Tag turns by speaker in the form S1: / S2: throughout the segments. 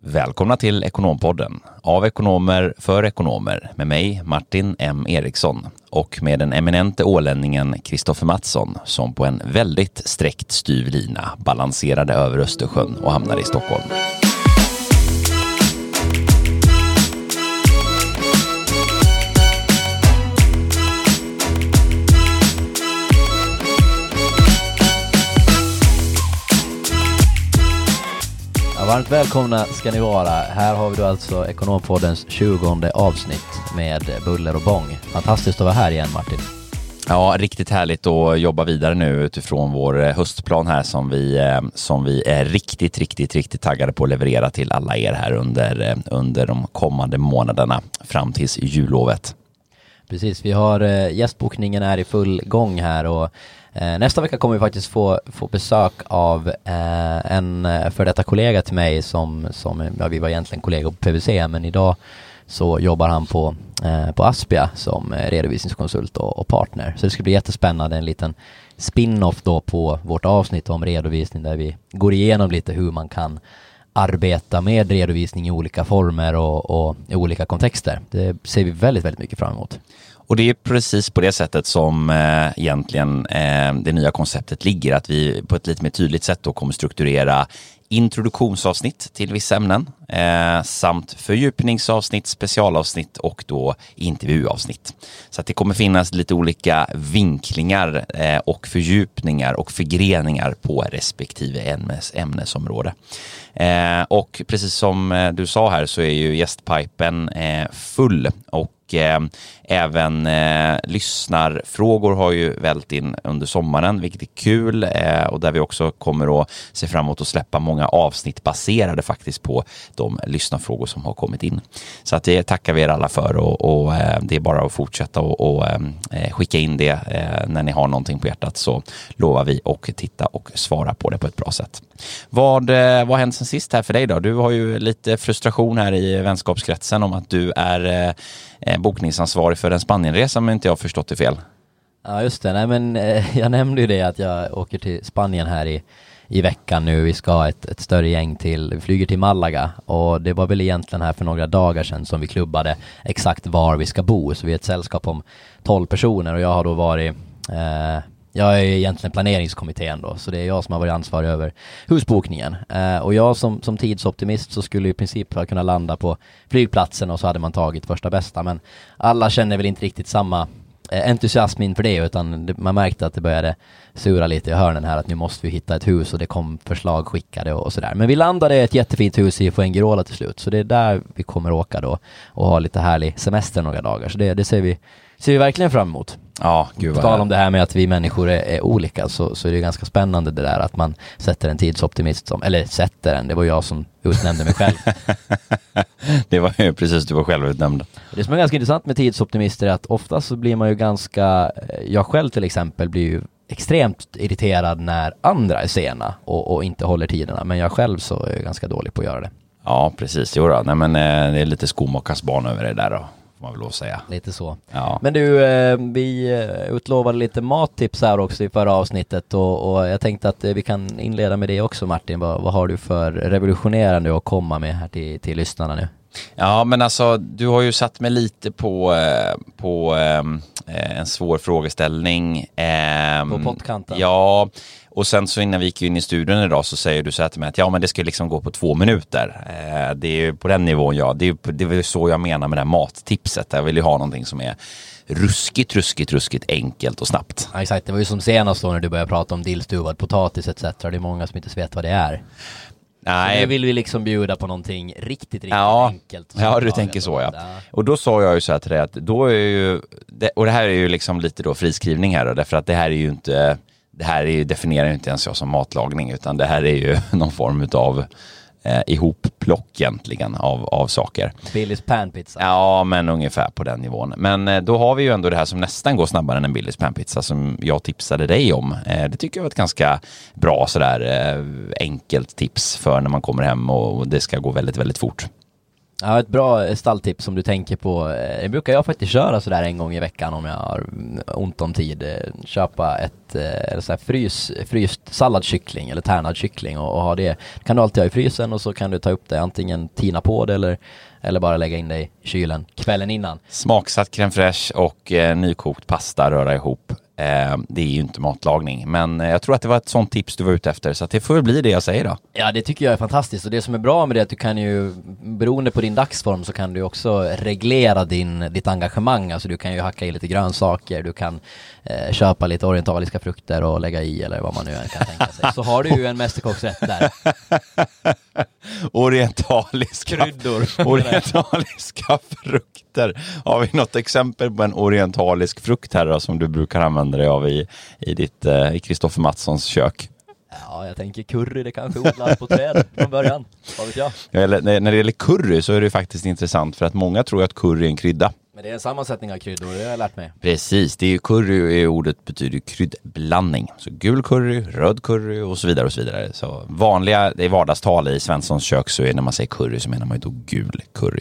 S1: Välkomna till Ekonompodden. Av ekonomer för ekonomer. Med mig Martin M. Eriksson. Och med den eminente ålänningen Kristoffer Mattsson. Som på en väldigt sträckt styv lina balanserade över Östersjön och hamnade i Stockholm.
S2: Varmt välkomna ska ni vara. Här har vi då alltså Ekonompoddens 20:e avsnitt med buller och bång. Fantastiskt att vara här igen, Martin.
S1: Ja, riktigt härligt att jobba vidare nu utifrån vår höstplan här som vi är riktigt taggade på att leverera till alla er här under de kommande månaderna fram tills jullovet.
S2: Precis, vi har gästbokningen är i full gång här och nästa vecka kommer vi faktiskt få besök av en för detta kollega till mig som vi var egentligen kollegor på PwC, men idag så jobbar han på Aspia som redovisningskonsult och partner. Så det ska bli jättespännande, en liten spin-off då på vårt avsnitt om redovisning där vi går igenom lite hur man kan arbeta med redovisning i olika former och i olika kontexter. Det ser vi väldigt mycket fram emot.
S1: Och det är precis på det sättet som egentligen det nya konceptet ligger. Att vi på ett lite mer tydligt sätt då kommer strukturera introduktionsavsnitt till vissa ämnen samt fördjupningsavsnitt, specialavsnitt och då intervjuavsnitt. Så att det kommer finnas lite olika vinklingar och fördjupningar och förgreningar på respektive ämnesområde. Och precis som du sa här så är ju gästpipen full och även lyssnarfrågor har ju vält in under sommaren, vilket är kul och där vi också kommer att se fram emot att släppa många avsnitt baserade faktiskt på de lyssnarfrågor som har kommit in. Så att det tackar vi er alla för och det är bara att fortsätta och skicka in det när ni har någonting på hjärtat, så lovar vi att titta och svara på det på ett bra sätt. Vad har hänt sen sist här för dig då? Du har ju lite frustration här i vänskapskretsen om att du är bokningsansvarig för en Spanienresa, om inte jag har förstått det fel.
S2: Ja, just det. Nej, men jag nämnde ju det att jag åker till Spanien här i veckan nu. Vi ska ha ett större gäng vi flyger till Malaga och det var väl egentligen här för några dagar sedan som vi klubbade exakt var vi ska bo. Så vi är ett sällskap om 12 personer och jag har då varit jag är egentligen planeringskommittén då, så det är jag som har varit ansvarig över husbokningen. Och jag som tidsoptimist så skulle i princip kunna landa på flygplatsen och så hade man tagit första bästa. Men alla känner väl inte riktigt samma entusiasm inför det, utan man märkte att det började sura lite i hörnen här att nu måste vi hitta ett hus och det kom förslag skickade och sådär. Men vi landade i ett jättefint hus i Fuengirola till slut, så det är där vi kommer åka då och ha lite härlig semester några dagar. Så det ser vi verkligen fram emot.
S1: Ja, gud vad
S2: tal om det här med att vi människor är olika, så är det ganska spännande det där att man sätter en tidsoptimist det var jag som utnämnde mig själv.
S1: Det var ju precis, du var själv utnämnd.
S2: Det som är ganska intressant med tidsoptimister är att ofta så blir man ju jag själv till exempel blir ju extremt irriterad när andra är sena och inte håller tiderna, men jag själv så är jag ganska dålig på att göra det.
S1: Ja, precis. Jo då. Nej, men det är lite skomakas barn över det där då, får man väl lov säga.
S2: Lite så.
S1: Ja.
S2: Men du, vi utlovade lite mattips här också i förra avsnittet och jag tänkte att vi kan inleda med det också, Martin. Vad har du för revolutionerande att komma med här till lyssnarna nu?
S1: Ja, men alltså du har ju satt mig lite på en svår frågeställning.
S2: På pottkanten?
S1: Ja, och sen så innan vi gick in i studion idag så säger du så här till mig att ja, men det ska liksom gå på 2 minuter. Det är ju på den nivån, ja. Det är väl så jag menar med det här mattipset. Jag vill ju ha någonting som är ruskigt enkelt och snabbt.
S2: Ja, exakt. Det var ju som senast då när du började prata om dillstuvad potatis etc. Det är många som inte vet vad det är. Nej. Så nu vill vi liksom bjuda på någonting riktigt enkelt.
S1: Ja, du tänker så, ja. Och då sa jag ju så här till dig att då är ju och det här är ju liksom lite då friskrivning här då, därför att det här är ju inte, definierar ju inte ens jag som matlagning, utan det här är ju någon form av ihopplock egentligen av saker.
S2: Billys panpizza.
S1: Ja, men ungefär på den nivån. Men då har vi ju ändå det här som nästan går snabbare än en Billys panpizza som jag tipsade dig om. Det tycker jag var ett ganska bra sådär enkelt tips för när man kommer hem och det ska gå väldigt fort.
S2: Ja, ett bra stalltips som du tänker på. Det brukar jag faktiskt köra sådär en gång i veckan om jag har ont om tid. Köpa ett så här fryst salladskyckling eller tärnad kyckling och ha det. Kan du alltid ha i frysen och så kan du ta upp det, antingen tina på det eller bara lägga in det i kylen kvällen innan.
S1: Smaksatt crème fraîche och nykokt pasta röra ihop. Det är ju inte matlagning, men jag tror att det var ett sånt tips du var ute efter, så att det får bli det jag säger då.
S2: Ja, det tycker jag är fantastiskt, och det som är bra med det är att du kan ju, beroende på din dagsform, så kan du också reglera ditt engagemang. Alltså du kan ju hacka i lite grönsaker, du kan köpa lite orientaliska frukter och lägga i, eller vad man nu än kan tänka sig. Så har du ju en mästerkocksrätt där.
S1: Orientaliska kryddor. Orientaliska frukter. Har vi något exempel på en orientalisk frukt här då, som du brukar använda dig av i Kristoffer Mattssons kök?
S2: Ja, jag tänker curry, det kanske odlas på träd från början. Vad vet jag?
S1: Eller, när det gäller curry så är det faktiskt intressant, för att många tror att curry är en krydda.
S2: Men det är en sammansättning av kryddor, det har jag lärt mig.
S1: Precis, det är ju curry, i ordet betyder kryddblandning. Så gul curry, röd curry och så vidare och så vidare. Så vanliga, det är vardagstal i Svenssons kök, så är när man säger curry så menar man ju då gul curry.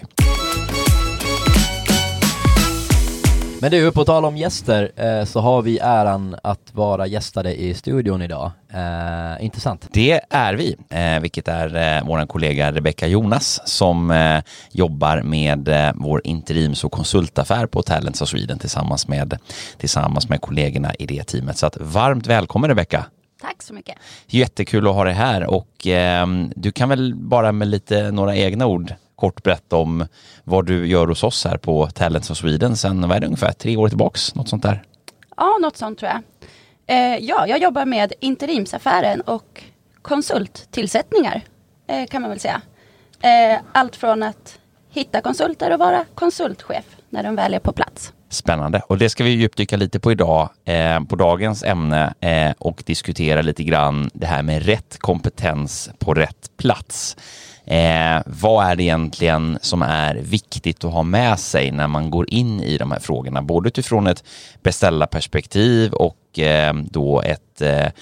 S2: Men du, på tal om gäster, så har vi äran att vara gästade i studion idag. Intressant.
S1: Det är vi, vilket är vår kollega Rebecca Jonas som jobbar med vår interims- och konsultaffär på Talents of Sweden tillsammans med kollegorna i det teamet. Så att varmt välkommen Rebecca.
S3: Tack så mycket.
S1: Jättekul att ha dig här, och du kan väl bara med några egna ord kort berätta om vad du gör hos oss här på Talents of Sweden sen, vad är det, ungefär 3 år tillbaks, något sånt där?
S3: Ja, något sånt tror jag. Jag jobbar med interimsaffären och konsulttillsättningar, kan man väl säga. Allt från att hitta konsulter och vara konsultchef när de väl är på plats.
S1: Spännande, och det ska vi djupdyka lite på idag, på dagens ämne, och diskutera lite grann det här med rätt kompetens på rätt plats. Vad är det egentligen som är viktigt att ha med sig när man går in i de här frågorna, både utifrån ett beställarperspektiv och då ett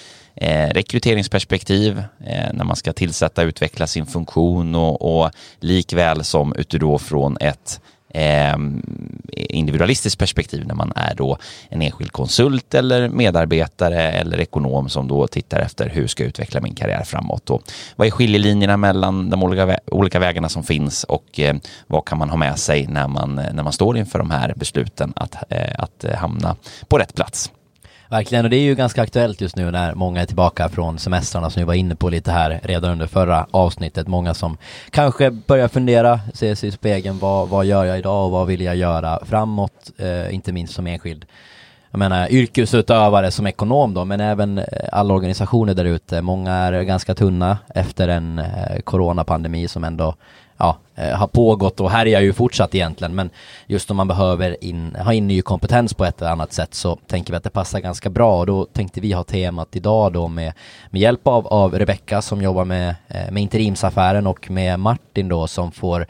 S1: rekryteringsperspektiv, när man ska tillsätta och utveckla sin funktion, och likväl som utifrån ett individualistiskt perspektiv när man är då en enskild konsult eller medarbetare eller ekonom som då tittar efter hur ska jag utveckla min karriär framåt, och vad är skiljelinjerna mellan de olika vägarna som finns, och vad kan man ha med sig när man står inför de här besluten att hamna på rätt plats.
S2: Verkligen, och det är ju ganska aktuellt just nu när många är tillbaka från semestrarna, som vi var inne på lite här redan under förra avsnittet. Många som kanske börjar fundera, se sig i spegeln, vad gör jag idag och vad vill jag göra framåt, inte minst som enskild. Jag menar yrkesutövare som ekonom då, men även alla organisationer där ute. Många är ganska tunna efter en coronapandemi som ändå har pågått och här är jag ju fortsatt egentligen, men just om man behöver ha in ny kompetens på ett eller annat sätt, så tänker vi att det passar ganska bra, och då tänkte vi ha temat idag då med hjälp av Rebecca som jobbar med interimsaffären, och med Martin då som får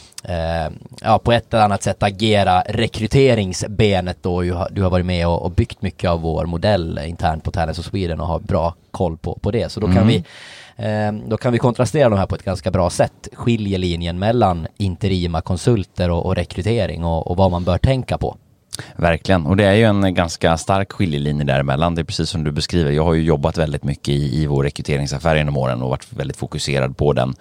S2: på ett eller annat sätt agera rekryteringsbenet då. Du har varit med och byggt mycket av vår modell internt på Talents of Sweden och har bra koll på det, så då kan vi kontrastera de här på ett ganska bra sätt, skiljelinjen mellan interima konsulter och rekrytering och vad man bör tänka på.
S1: Verkligen, och det är ju en ganska stark skiljelinje däremellan. Det är precis som du beskriver. Jag har ju jobbat väldigt mycket i vår rekryteringsaffär genom åren och varit väldigt fokuserad på den.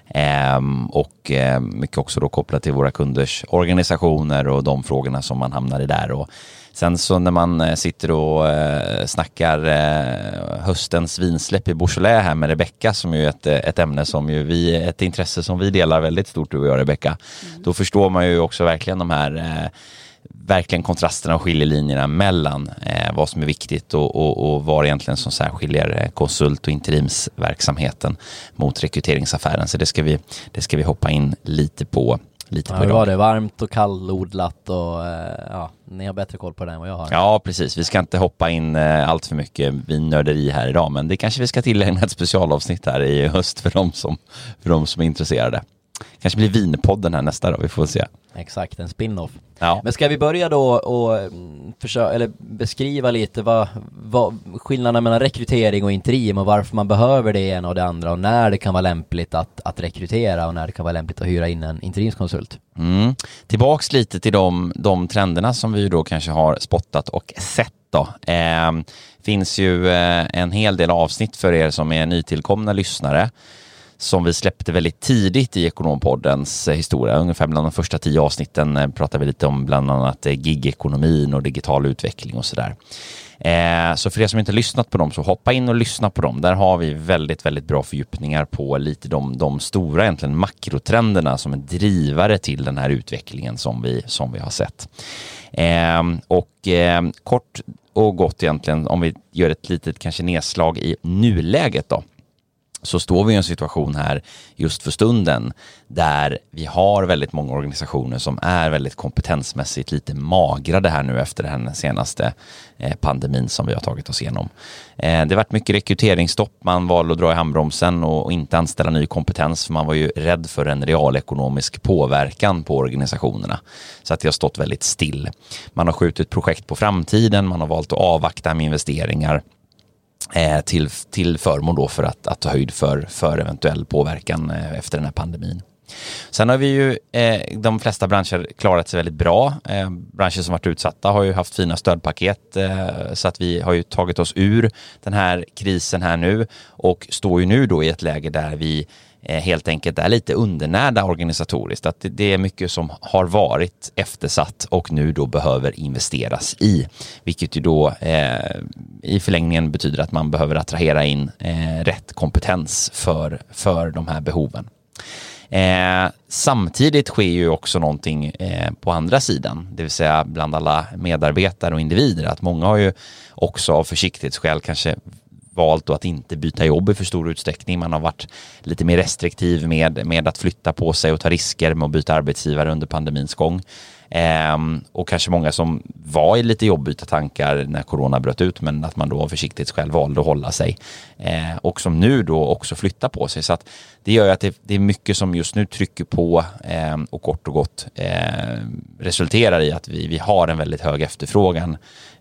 S1: Och mycket också då kopplat till våra kunders organisationer och de frågorna som man hamnar i där. Och sen så när man sitter och snackar höstens vinsläpp i Beaujolais här med Rebecca, som ju är ett ämne som ju ett intresse som vi delar väldigt stort, du och jag Rebecca. Då förstår man ju också verkligen de här verkligen kontrasterna och skiljelinjerna mellan vad som är viktigt och vad egentligen som särskiljer konsult- och interimsverksamheten mot rekryteringsaffären. Så det ska vi hoppa in lite på idag.
S2: Det var det varmt och kallodlat och ni har bättre koll på det än vad jag har.
S1: Ja, precis. Vi ska inte hoppa in allt för mycket vinnörderi här idag, men det kanske vi ska tillägna ett specialavsnitt här i höst för de som är intresserade. Kanske blir vinpodden här nästa då, vi får se.
S2: Exakt, en spin-off.
S1: Ja.
S2: Men ska vi börja då och beskriva lite vad skillnaden mellan rekrytering och interim och varför man behöver det ena och det andra och när det kan vara lämpligt att rekrytera och när det kan vara lämpligt att hyra in en interimskonsult.
S1: Tillbaks lite till de trenderna som vi då kanske har spottat och sett då. Finns ju en hel del avsnitt för er som är nytillkomna lyssnare som vi släppte väldigt tidigt i Ekonompoddens historia. Ungefär bland de första 10 avsnitten pratar vi lite om bland annat gigekonomin och digital utveckling och sådär. Så för er som inte har lyssnat på dem så hoppa in och lyssna på dem. Där har vi väldigt, väldigt bra fördjupningar på lite de stora egentligen makrotrenderna som är drivare till den här utvecklingen som vi har sett. Kort och gott egentligen, om vi gör ett litet kanske nedslag i nuläget då, så står vi i en situation här just för stunden där vi har väldigt många organisationer som är väldigt kompetensmässigt lite magrade här nu efter den senaste pandemin som vi har tagit oss igenom. Det har varit mycket rekryteringsstopp, man valde att dra i handbromsen och inte anställa ny kompetens för man var ju rädd för en realekonomisk påverkan på organisationerna. Så att det har stått väldigt still. Man har skjutit projekt på framtiden, man har valt att avvakta med investeringar till förmån då för att ta höjd för eventuell påverkan efter den här pandemin. Sen har vi ju de flesta branscher klarat sig väldigt bra. Branscher som varit utsatta har ju haft fina stödpaket så att vi har ju tagit oss ur den här krisen här nu och står ju nu då i ett läge där vi helt enkelt är lite undernärda organisatoriskt. Att det är mycket som har varit eftersatt och nu då behöver investeras i. Vilket ju då i förlängningen betyder att man behöver attrahera in rätt kompetens för de här behoven. Samtidigt sker ju också någonting på andra sidan, det vill säga bland alla medarbetare och individer, att många har ju också av försiktighetsskäl kanske valt att inte byta jobb i för stor utsträckning. Man har varit lite mer restriktiv med att flytta på sig och ta risker med att byta arbetsgivare under pandemins gång. Och kanske många som var i lite jobbyta tankar när corona bröt ut, men att man då av försiktighetsskäl valde att hålla sig. Och som nu då också flyttar på sig. Så att det gör ju att det är mycket som just nu trycker på och kort och gott resulterar i att vi har en väldigt hög efterfrågan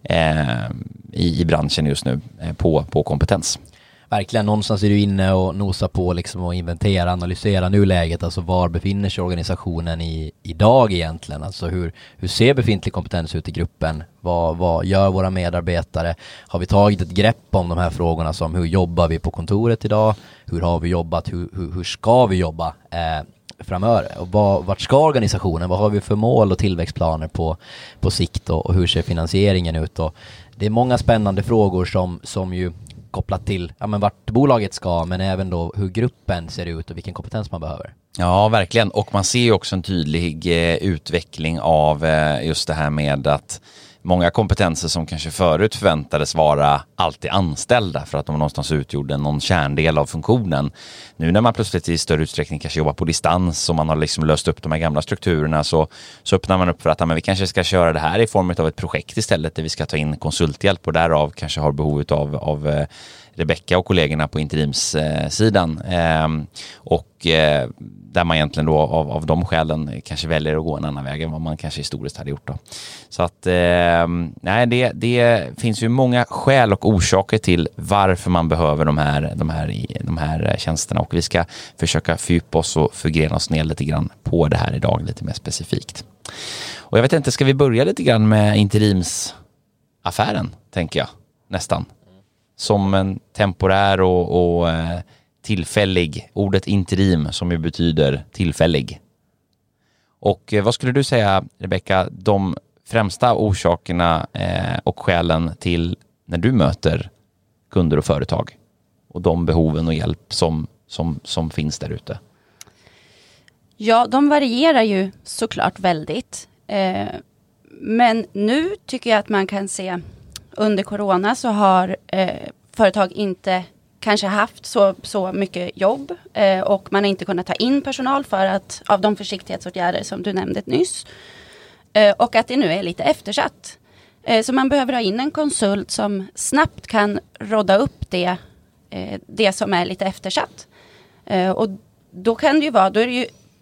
S1: i branschen just nu på kompetens.
S2: Verkligen, någonstans är du inne och nosar på liksom och inventera, analysera nuläget, alltså var befinner sig organisationen idag egentligen, alltså hur ser befintlig kompetens ut i gruppen, vad gör våra medarbetare, har vi tagit ett grepp om de här frågorna som hur jobbar vi på kontoret idag, hur har vi jobbat, hur ska vi jobba framöver och vart ska organisationen, vad har vi för mål och tillväxtplaner på sikt och hur ser finansieringen ut, och det är många spännande frågor som ju kopplat till vart bolaget ska, men även då hur gruppen ser ut och vilken kompetens man behöver.
S1: Ja, verkligen. Och man ser ju också en tydlig utveckling av just det här med att många kompetenser som kanske förut förväntades vara alltid anställda för att de någonstans utgjorde någon kärndel av funktionen. Nu när man plötsligt i större utsträckning kanske jobbar på distans och man har liksom löst upp de här gamla strukturerna, så öppnar man upp för att vi kanske ska köra det här i form av ett projekt istället där vi ska ta in konsulthjälp, och därav kanske har behovet av Rebecka och kollegorna på interimssidan. Där man egentligen då av de skälen kanske väljer att gå en annan väg än vad man kanske historiskt hade gjort då. Så att det finns ju många skäl och orsaker till varför man behöver de här tjänsterna, och vi ska försöka fördjupa oss och förgrena oss ner lite grann på det här idag lite mer specifikt. Och jag vet inte, ska vi börja lite grann med interimsaffären, tänker jag, nästan. Som en temporär och tillfällig, ordet interim som ju betyder tillfällig. Och vad skulle du säga, Rebecka, de främsta orsakerna och skälen till när du möter kunder och företag och de behoven och hjälp som finns där ute?
S3: Ja, de varierar ju såklart väldigt. Men nu tycker jag att man kan se under corona så har företag inte kanske haft så mycket jobb och man har inte kunnat ta in personal för att av de försiktighetsåtgärder som du nämnde nyss, och att det nu är lite eftersatt. Så man behöver ha in en konsult som snabbt kan rodda upp det som är lite eftersatt. Och då kan det ju vara, då är det ju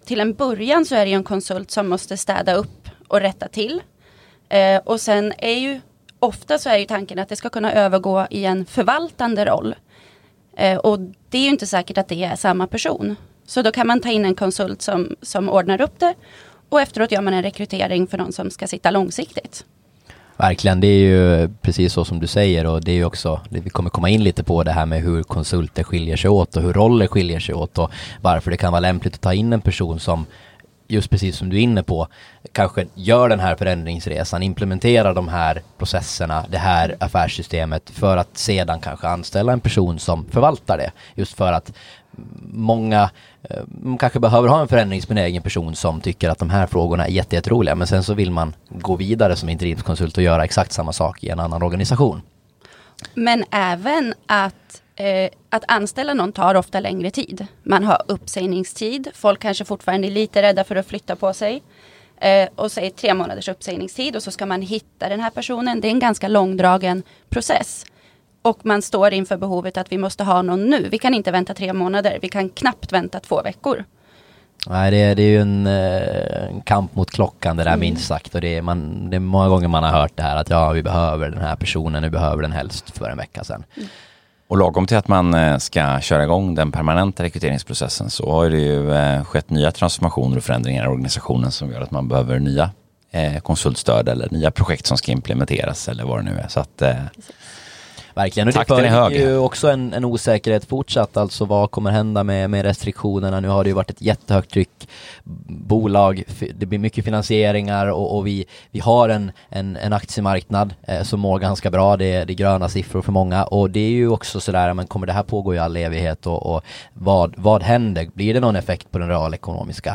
S3: till en början så är det ju en konsult som måste städa upp och rätta till. Och sen är ju ofta så är ju tanken att det ska kunna övergå i en förvaltande roll. Och det är ju inte säkert att det är samma person. Så då kan man ta in en konsult som ordnar upp det. Och efteråt gör man en rekrytering för någon som ska sitta långsiktigt.
S2: Verkligen, det är ju precis så som du säger, och det är ju också, vi kommer komma in lite på det här med hur konsulter skiljer sig åt och hur roller skiljer sig åt och varför det kan vara lämpligt att ta in en person som, just precis som du är inne på, kanske gör den här förändringsresan, implementerar de här processerna, det här affärssystemet, för att sedan kanske anställa en person som förvaltar det. Just för att många kanske behöver ha en förändringsbenägen person som tycker att de här frågorna är jätteroliga, men sen så vill man gå vidare som interimskonsult och göra exakt samma sak i en annan organisation.
S3: Men även att anställa någon tar ofta längre tid. Man har uppsägningstid. Folk kanske fortfarande är lite rädda för att flytta på sig. Och säger 3 månaders uppsägningstid och så ska man hitta den här personen. Det är en ganska långdragen process. Och man står inför behovet att vi måste ha någon nu. Vi kan inte vänta 3 månader. Vi kan knappt vänta 2 veckor.
S2: Nej, det är ju en kamp mot klockan det där minst sagt. Och det är många gånger man har hört det här att vi behöver den här personen, vi behöver den helst för en vecka sedan.
S1: Och lagom till att man ska köra igång den permanenta rekryteringsprocessen så har det ju skett nya transformationer och förändringar i organisationen som gör att man behöver nya konsultstöd eller nya projekt som ska implementeras eller vad det nu är. Så att
S2: verkligen, och det föreligger ju också en osäkerhet fortsatt, alltså vad kommer hända med restriktionerna. Nu har det ju varit ett jättehögt tryck, bolag, det blir mycket finansieringar och vi har en aktiemarknad som mår ganska bra, det är gröna siffror för många, och det är ju också sådär, men kommer det här pågå i all evighet och vad händer? Blir det någon effekt på den realekonomiska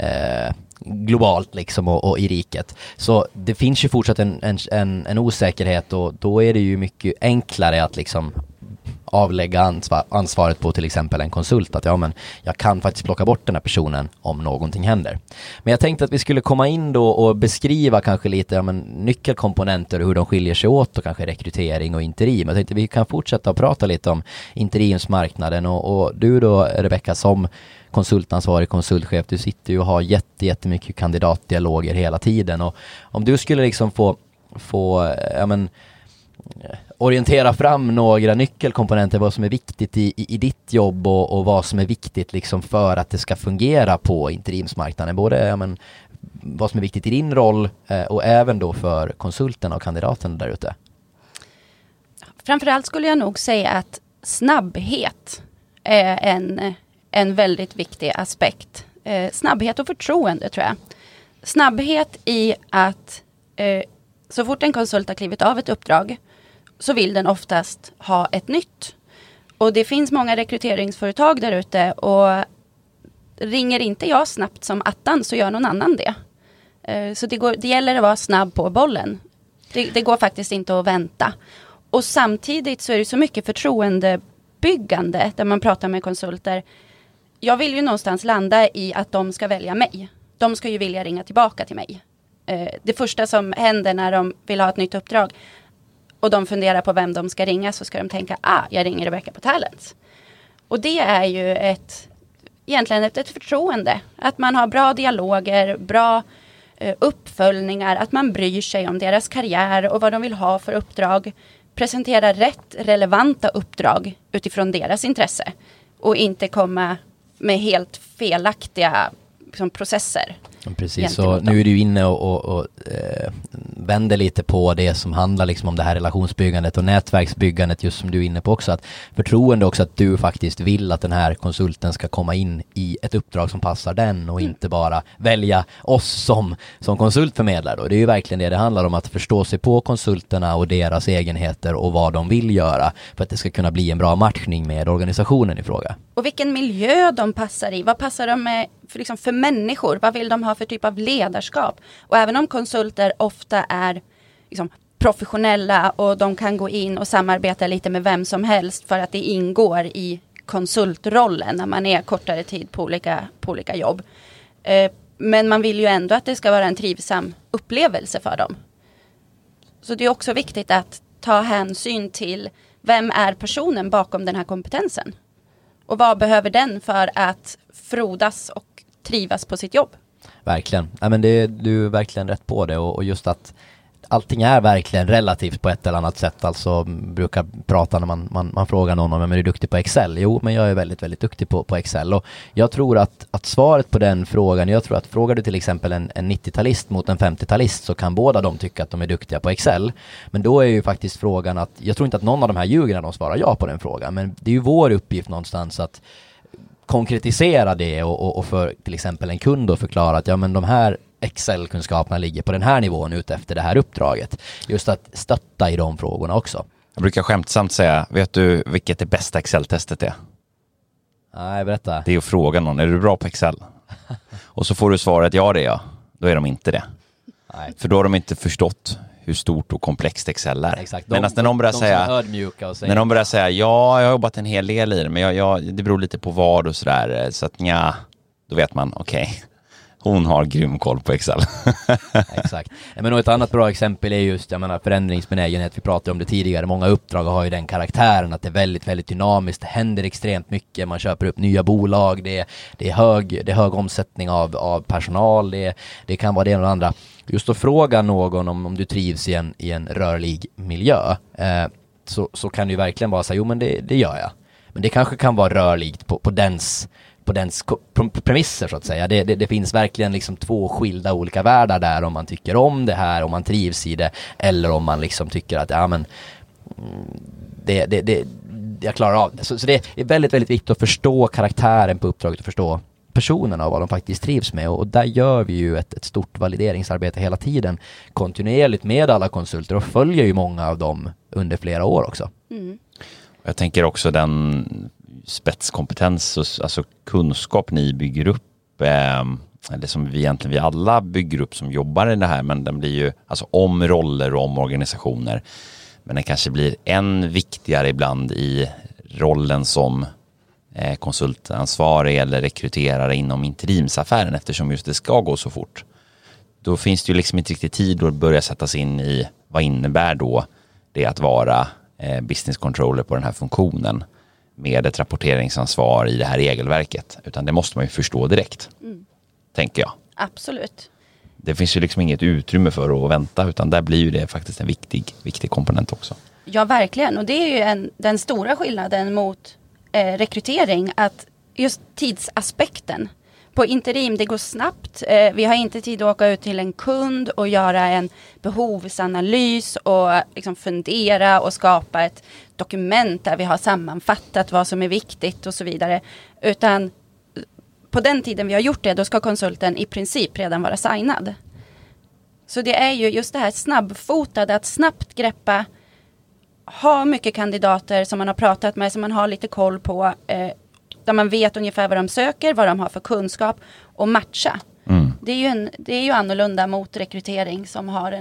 S2: globalt liksom och i riket? Så det finns ju fortsatt en osäkerhet, och då är det ju mycket enklare att liksom avlägga ansvaret på till exempel en konsult, att jag kan faktiskt plocka bort den här personen om någonting händer. Men jag tänkte att vi skulle komma in då och beskriva kanske lite nyckelkomponenter och hur de skiljer sig åt, och kanske rekrytering och interim. Jag tänkte vi kan fortsätta att prata lite om interimsmarknaden, och du då, Rebecka, som konsultansvarig konsultchef, du sitter ju och har jättemycket kandidatdialoger hela tiden, och om du skulle liksom få orientera fram några nyckelkomponenter, vad som är viktigt i ditt jobb och vad som är viktigt liksom för att det ska fungera på interimsmarknaden, både vad som är viktigt i din roll och även då för konsulterna och kandidaterna där ute.
S3: Framförallt skulle jag nog säga att snabbhet är en väldigt viktig aspekt. Snabbhet och förtroende, tror jag. Snabbhet i att så fort en konsult har klivit av ett uppdrag så vill den oftast ha ett nytt. Och det finns många rekryteringsföretag där ute, och ringer inte jag snabbt som attan så gör någon annan det. Så det gäller att vara snabb på bollen. Det går faktiskt inte att vänta. Och samtidigt så är det så mycket förtroendebyggande där man pratar med konsulter. Jag vill ju någonstans landa i att de ska välja mig. De ska ju vilja ringa tillbaka till mig. Det första som händer när de vill ha ett nytt uppdrag och de funderar på vem de ska ringa, så ska de tänka, jag ringer Rebecka på Talents. Och det är ju egentligen ett förtroende. Att man har bra dialoger, bra uppföljningar, att man bryr sig om deras karriär och vad de vill ha för uppdrag. Presentera rätt relevanta uppdrag utifrån deras intresse. Och inte komma med helt felaktiga processer.
S2: Precis, så nu är du inne och vänder lite på det som handlar liksom om det här relationsbyggandet och nätverksbyggandet, just som du är inne på också, att förtroende också, att du faktiskt vill att den här konsulten ska komma in i ett uppdrag som passar den och inte bara välja oss som konsultförmedlare då. Det är ju verkligen det handlar om, att förstå sig på konsulterna och deras egenheter och vad de vill göra för att det ska kunna bli en bra matchning med organisationen i fråga.
S3: Och vilken miljö de passar i, vad passar de med för människor, vad vill de ha för typ av ledarskap. Och även om konsulter ofta är professionella och de kan gå in och samarbeta lite med vem som helst för att det ingår i konsultrollen när man är kortare tid på olika jobb. Men man vill ju ändå att det ska vara en trivsam upplevelse för dem. Så det är också viktigt att ta hänsyn till vem är personen bakom den här kompetensen. Och vad behöver den för att frodas och trivas på sitt jobb.
S2: Verkligen. Ja, men du är verkligen rätt på det och just att allting är verkligen relativt på ett eller annat sätt. Alltså brukar prata när man frågar någon om är du duktig på Excel? Jo, men jag är väldigt, väldigt duktig på Excel. Och jag tror att svaret på den frågan, jag tror att frågar du till exempel en 90-talist mot en 50-talist så kan båda de tycka att de är duktiga på Excel. Men då är ju faktiskt frågan att, jag tror inte att någon av de här ljuger när de svarar ja på den frågan. Men det är ju vår uppgift någonstans att konkretisera det och för till exempel en kund och förklara att ja, men de här Excel-kunskaperna ligger på den här nivån ut efter det här uppdraget. Just att stötta i de frågorna också.
S1: Jag brukar skämtsamt säga, vet du vilket det bästa Excel-testet är?
S2: Nej, berätta.
S1: Det är att fråga någon, är du bra på Excel? Och så får du svaret, ja det är jag. Då är de inte det.
S2: Nej.
S1: För då har de inte förstått hur stort och komplext Excel är.
S2: Exakt.
S1: Men när någon börjar säga, när någon börjar säga, ja jag har jobbat en hel del i det, men det beror lite på vad och sådär. Så att då vet man, okej. Hon har grym koll på Excel.
S2: Exakt. Men ett annat bra exempel är just, förändringsbenägenhet. Vi pratade om det tidigare. Många uppdrag har ju den karaktären att det är väldigt, väldigt dynamiskt. Det händer extremt mycket. Man köper upp nya bolag. Det är hög omsättning av personal. Det kan vara det ena och det andra. Just att fråga någon om du trivs i en rörlig miljö så kan det ju verkligen vara så här, jo men det gör jag. Men det kanske kan vara rörligt på dens premisser så att säga. Det finns verkligen liksom två skilda olika världar där, om man tycker om det här, om man trivs i det, eller om man liksom tycker att jag klarar av det. Så det är väldigt, väldigt viktigt att förstå karaktären på uppdraget och förstå personerna och vad de faktiskt trivs med, och där gör vi ju ett stort valideringsarbete hela tiden kontinuerligt med alla konsulter och följer ju många av dem under flera år också.
S1: Jag tänker också den spetskompetens, alltså kunskap ni bygger upp, eller som vi alla bygger upp som jobbar i det här, men den blir ju alltså om roller och om organisationer, men den kanske blir än viktigare ibland i rollen som konsultansvarig eller rekryterare inom interimsaffären, eftersom just det ska gå så fort. Då finns det ju liksom inte riktigt tid att börja sätta sig in i vad innebär då det att vara business controller på den här funktionen med ett rapporteringsansvar i det här regelverket, utan det måste man ju förstå direkt, tänker jag.
S3: Absolut.
S1: Det finns ju liksom inget utrymme för att vänta, utan där blir ju det faktiskt en viktig komponent också.
S3: Ja, verkligen. Och det är ju den stora skillnaden mot rekrytering, att just tidsaspekten. På interim, det går snabbt. Vi har inte tid att åka ut till en kund och göra en behovsanalys och liksom fundera och skapa ett dokument där vi har sammanfattat vad som är viktigt och så vidare. Utan på den tiden vi har gjort det, då ska konsulten i princip redan vara signad. Så det är ju just det här snabbfotade, att snabbt greppa, ha mycket kandidater som man har pratat med, som man har lite koll på, där man vet ungefär vad de söker, vad de har för kunskap, och matcha. Det är ju annorlunda mot rekrytering som har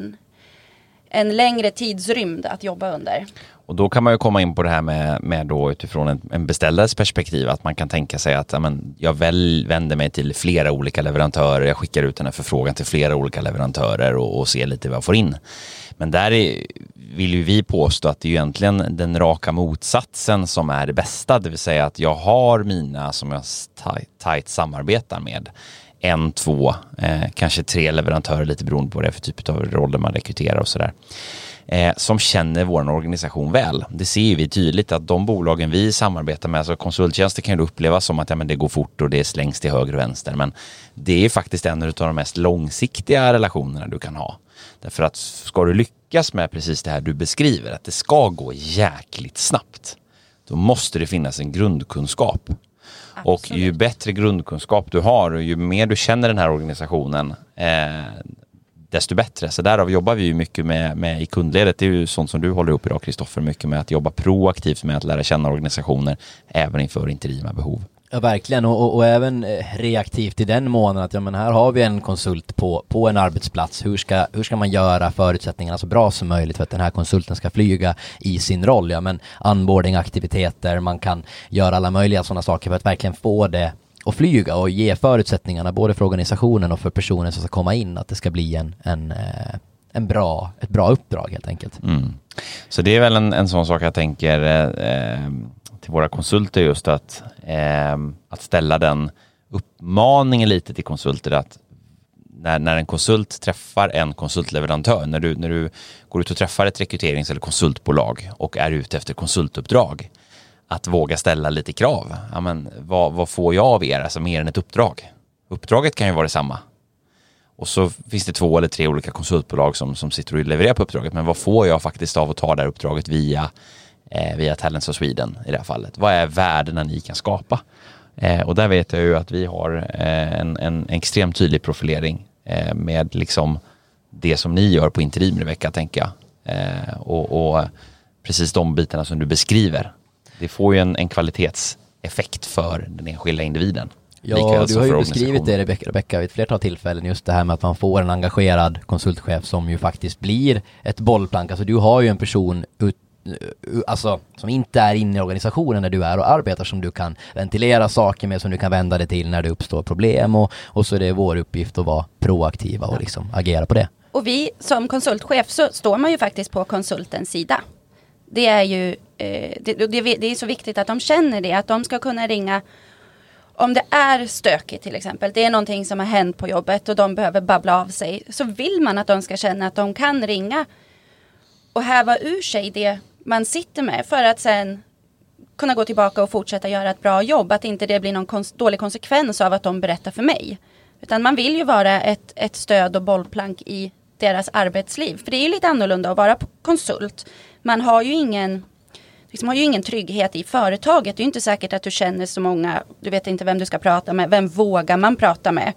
S3: en längre tidsrymd att jobba under.
S1: Och då kan man ju komma in på det här med då utifrån en beställares perspektiv, att man kan tänka sig att jag vänder mig till flera olika leverantörer, jag skickar ut den här förfrågan till flera olika leverantörer och ser lite vad jag får in. Men där vill ju vi påstå att det är ju egentligen den raka motsatsen som är det bästa, det vill säga att jag har mina som jag tajt samarbetar med, 1, 2, kanske 3 leverantörer, lite beroende på det för typ av roller man rekryterar och sådär, som känner vår organisation väl. Det ser vi tydligt att de bolagen vi samarbetar med, alltså konsulttjänster kan ju upplevas som att det går fort och det slängs till höger och vänster, men det är faktiskt en av de mest långsiktiga relationerna du kan ha. Därför att ska du lyckas med precis det här du beskriver, att det ska gå jäkligt snabbt, då måste det finnas en grundkunskap. Absolut. Och ju bättre grundkunskap du har och ju mer du känner den här organisationen, desto bättre. Så därav jobbar vi ju mycket med i kundledet. Det är ju sånt som du håller upp idag, Kristoffer, mycket med att jobba proaktivt med att lära känna organisationer även inför interima behov.
S2: Ja, verkligen. Och även reaktivt i den månaden att här har vi en konsult på en arbetsplats. Hur ska man göra förutsättningarna så bra som möjligt för att den här konsulten ska flyga i sin roll? Onboarding-aktiviteter, man kan göra alla möjliga sådana saker för att verkligen få det att flyga och ge förutsättningarna både för organisationen och för personen som ska komma in, att det ska bli ett bra uppdrag helt enkelt.
S1: Så det är väl en sån sak jag tänker till våra konsulter, just att ställa den uppmaningen lite till konsulter att när en konsult träffar en konsultleverantör, när du går ut och träffar ett rekryterings- eller konsultbolag och är ute efter konsultuppdrag, att våga ställa lite krav. Ja, men vad får jag av er? Alltså mer än ett uppdrag. Uppdraget kan ju vara detsamma. Och så finns det 2 eller 3 olika konsultbolag som sitter och levererar på uppdraget. Men vad får jag faktiskt av att ta det här uppdraget via Talents of Sweden i det här fallet? Vad är värdena ni kan skapa? Och där vet jag ju att vi har en extremt tydlig profilering med liksom det som ni gör på Interim i veckan, tänker jag. Och precis de bitarna som du beskriver. Det får ju en kvalitetseffekt för den enskilda individen.
S2: Ja, du har ju beskrivit det, Rebecka, vid ett flertal tillfällen, just det här med att man får en engagerad konsultchef som ju faktiskt blir ett bollplank. Alltså du har ju en person som inte är inne i organisationen när du är och arbetar, som du kan ventilera saker med, som du kan vända dig till när det uppstår problem, och så är det vår uppgift att vara proaktiva och liksom agera på det.
S3: Och vi som konsultchef så står man ju faktiskt på konsultens sida. Det är ju det är så viktigt att de känner det, att de ska kunna ringa om det är stökigt till exempel. Det är någonting som har hänt på jobbet och de behöver babbla av sig. Så vill man att de ska känna att de kan ringa och häva ur sig det man sitter med, för att sen kunna gå tillbaka och fortsätta göra ett bra jobb. Att inte det blir någon dålig konsekvens av att de berättar för mig. Utan man vill ju vara ett stöd och bollplank i deras arbetsliv. För det är ju lite annorlunda att vara konsult. Man har ju ingen trygghet i företaget. Det är ju inte säkert att du känner så många. Du vet inte vem du ska prata med. Vem vågar man prata med?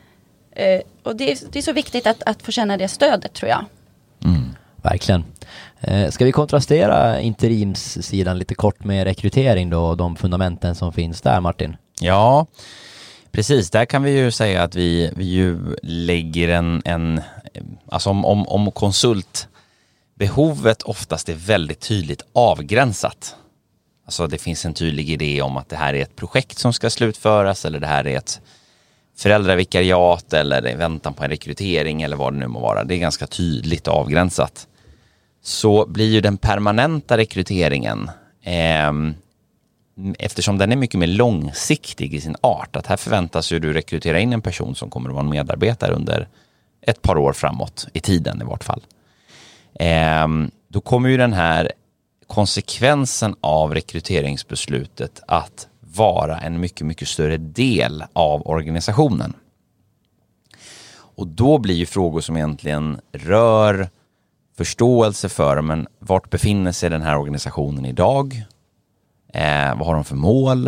S3: Och det är så viktigt att få känna det stödet, tror jag.
S2: Verkligen. Ska vi kontrastera interimssidan lite kort med rekrytering då, och de fundamenten som finns där, Martin?
S1: Ja, precis. Där kan vi ju säga att vi ju lägger alltså om konsultbehovet oftast är väldigt tydligt avgränsat. Alltså det finns en tydlig idé om att det här är ett projekt som ska slutföras, eller det här är ett föräldravikariat, eller väntan på en rekrytering, eller vad det nu må vara. Det är ganska tydligt avgränsat. Så blir ju den permanenta rekryteringen, eftersom den är mycket mer långsiktig i sin art, att här förväntas ju du rekrytera in en person som kommer att vara en medarbetare under ett par år framåt i tiden i vart fall. Då kommer ju den här konsekvensen av rekryteringsbeslutet att vara en mycket, mycket större del av organisationen. Och då blir ju frågor som egentligen rör förståelse för, men vart befinner sig den här organisationen idag? Vad har de för mål?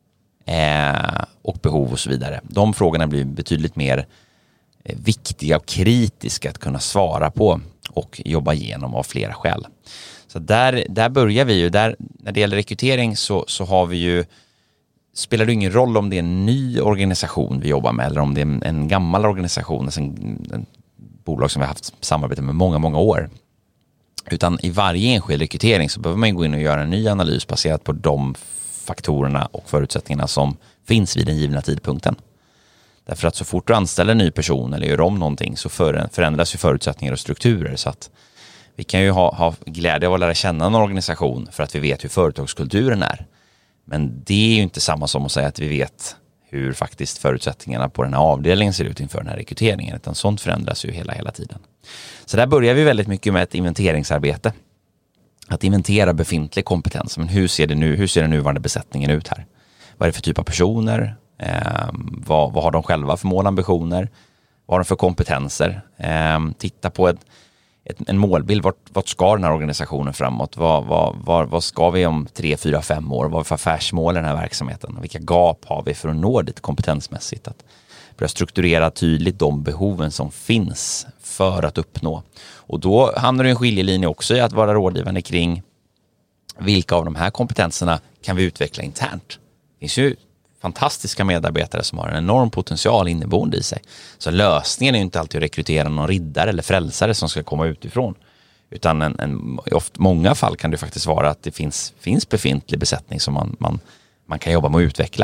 S1: Och behov och så vidare. De frågorna blir betydligt mer viktiga och kritiska att kunna svara på och jobba igenom av flera skäl. Så där börjar vi ju. När det gäller rekrytering så har vi ju, spelar det ingen roll om det är en ny organisation vi jobbar med eller om det är en gammal organisation, alltså en bolag som vi har haft samarbete med många, många år. Utan i varje enskild rekrytering så behöver man gå in och göra en ny analys baserat på de faktorerna och förutsättningarna som finns vid den givna tidpunkten. Därför att så fort du anställer en ny person eller gör om någonting så förändras ju förutsättningar och strukturer, så att vi kan ju ha glädje av att lära känna en organisation för att vi vet hur företagskulturen är. Men det är ju inte samma som att säga att vi vet hur faktiskt förutsättningarna på den här avdelningen ser ut inför den här rekryteringen, utan sånt förändras ju hela tiden. Så där börjar vi väldigt mycket med ett inventeringsarbete. Att inventera befintlig kompetens. Men hur ser den nuvarande besättningen ut här? Vad är det för typ av personer? Vad har de själva för mål och ambitioner? Vad har de för kompetenser? Titta på en målbild. Vart ska den här organisationen framåt? Vad ska vi om 3, 4, 5 år? Vad har vi för affärsmål i den här verksamheten? Vilka gap har vi för att nå dit kompetensmässigt? Att börja strukturera tydligt de behoven som finns för att uppnå. Och då hamnar det en skiljelinje också i att vara rådgivande kring vilka av de här kompetenserna kan vi utveckla internt. Det finns ju fantastiska medarbetare som har en enorm potential inneboende i sig. Så lösningen är ju inte alltid att rekrytera någon riddare eller frälsare som ska komma utifrån. Utan i många fall kan det faktiskt vara att det finns befintlig besättning som man kan jobba med att utveckla.